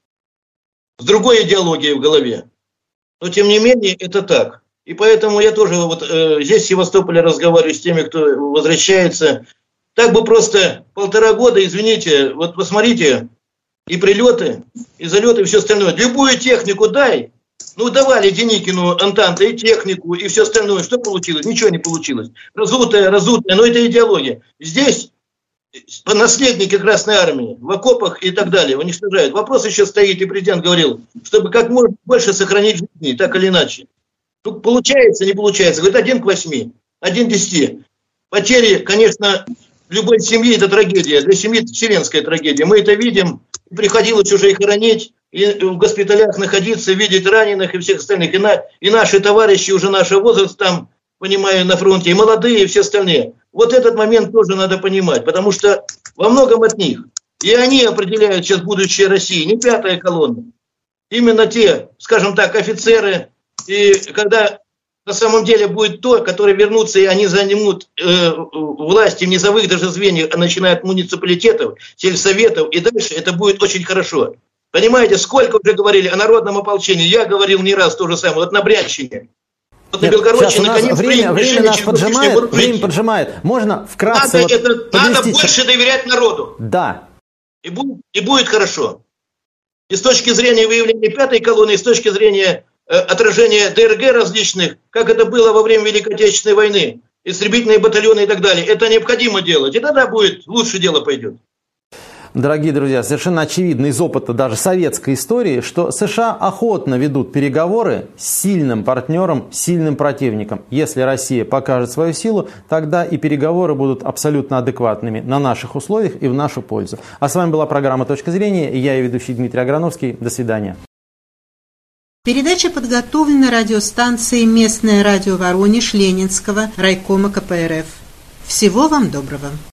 С другой идеологией в голове. Но тем не менее это так. И поэтому я тоже здесь в Севастополе разговариваю с теми, кто возвращается. Так бы просто 1,5 года, извините, вот посмотрите, и прилеты, и залеты, и все остальное. Любую технику дай. Ну, давали Деникину, Антанта, и технику, и все остальное. Что получилось? Ничего не получилось. Разутая, но это идеология. Здесь наследники Красной Армии в окопах и так далее уничтожают. Вопрос еще стоит, и президент говорил, чтобы как можно больше сохранить жизни, так или иначе. Тут получается, не получается. Говорит, 1 к 8, 1 к 10. Потери, конечно, любой семьи это трагедия. Для семьи это вселенская трагедия. Мы это видим. Приходилось уже их хоронить, и в госпиталях находиться, видеть раненых и всех остальных. И наши товарищи уже нашего возраста там, понимаю, на фронте, и молодые, и все остальные. Вот этот момент тоже надо понимать, потому что во многом от них. И они определяют сейчас будущее России, не 5-я колонна. Именно те, скажем так, офицеры. И когда на самом деле будет то, которые вернутся, и они займут власти в низовых даже звеньях, начиная от муниципалитетов, сельсоветов, и дальше это будет очень хорошо. Понимаете, сколько уже говорили о народном ополчении, я говорил не раз то же самое, вот на Брянщине. Вот на Белгородчине, наконец, время нас поджимает. Можно вкратце... Надо больше доверять народу. Да. И будет хорошо. И с точки зрения выявления 5-й колонны, и с точки зрения отражения ДРГ различных, как это было во время Великой Отечественной войны, истребительные батальоны и так далее. Это необходимо делать, и тогда будет лучше дело пойдет. Дорогие друзья, совершенно очевидно из опыта даже советской истории, что США охотно ведут переговоры с сильным партнером, сильным противником. Если Россия покажет свою силу, тогда и переговоры будут абсолютно адекватными на наших условиях и в нашу пользу. А с вами была программа «Точка зрения». И я, ее ведущий Дмитрий Аграновский. До свидания. Передача подготовлена радиостанцией «Местное радио Воронеж» Ленинского райкома КПРФ. Всего вам доброго.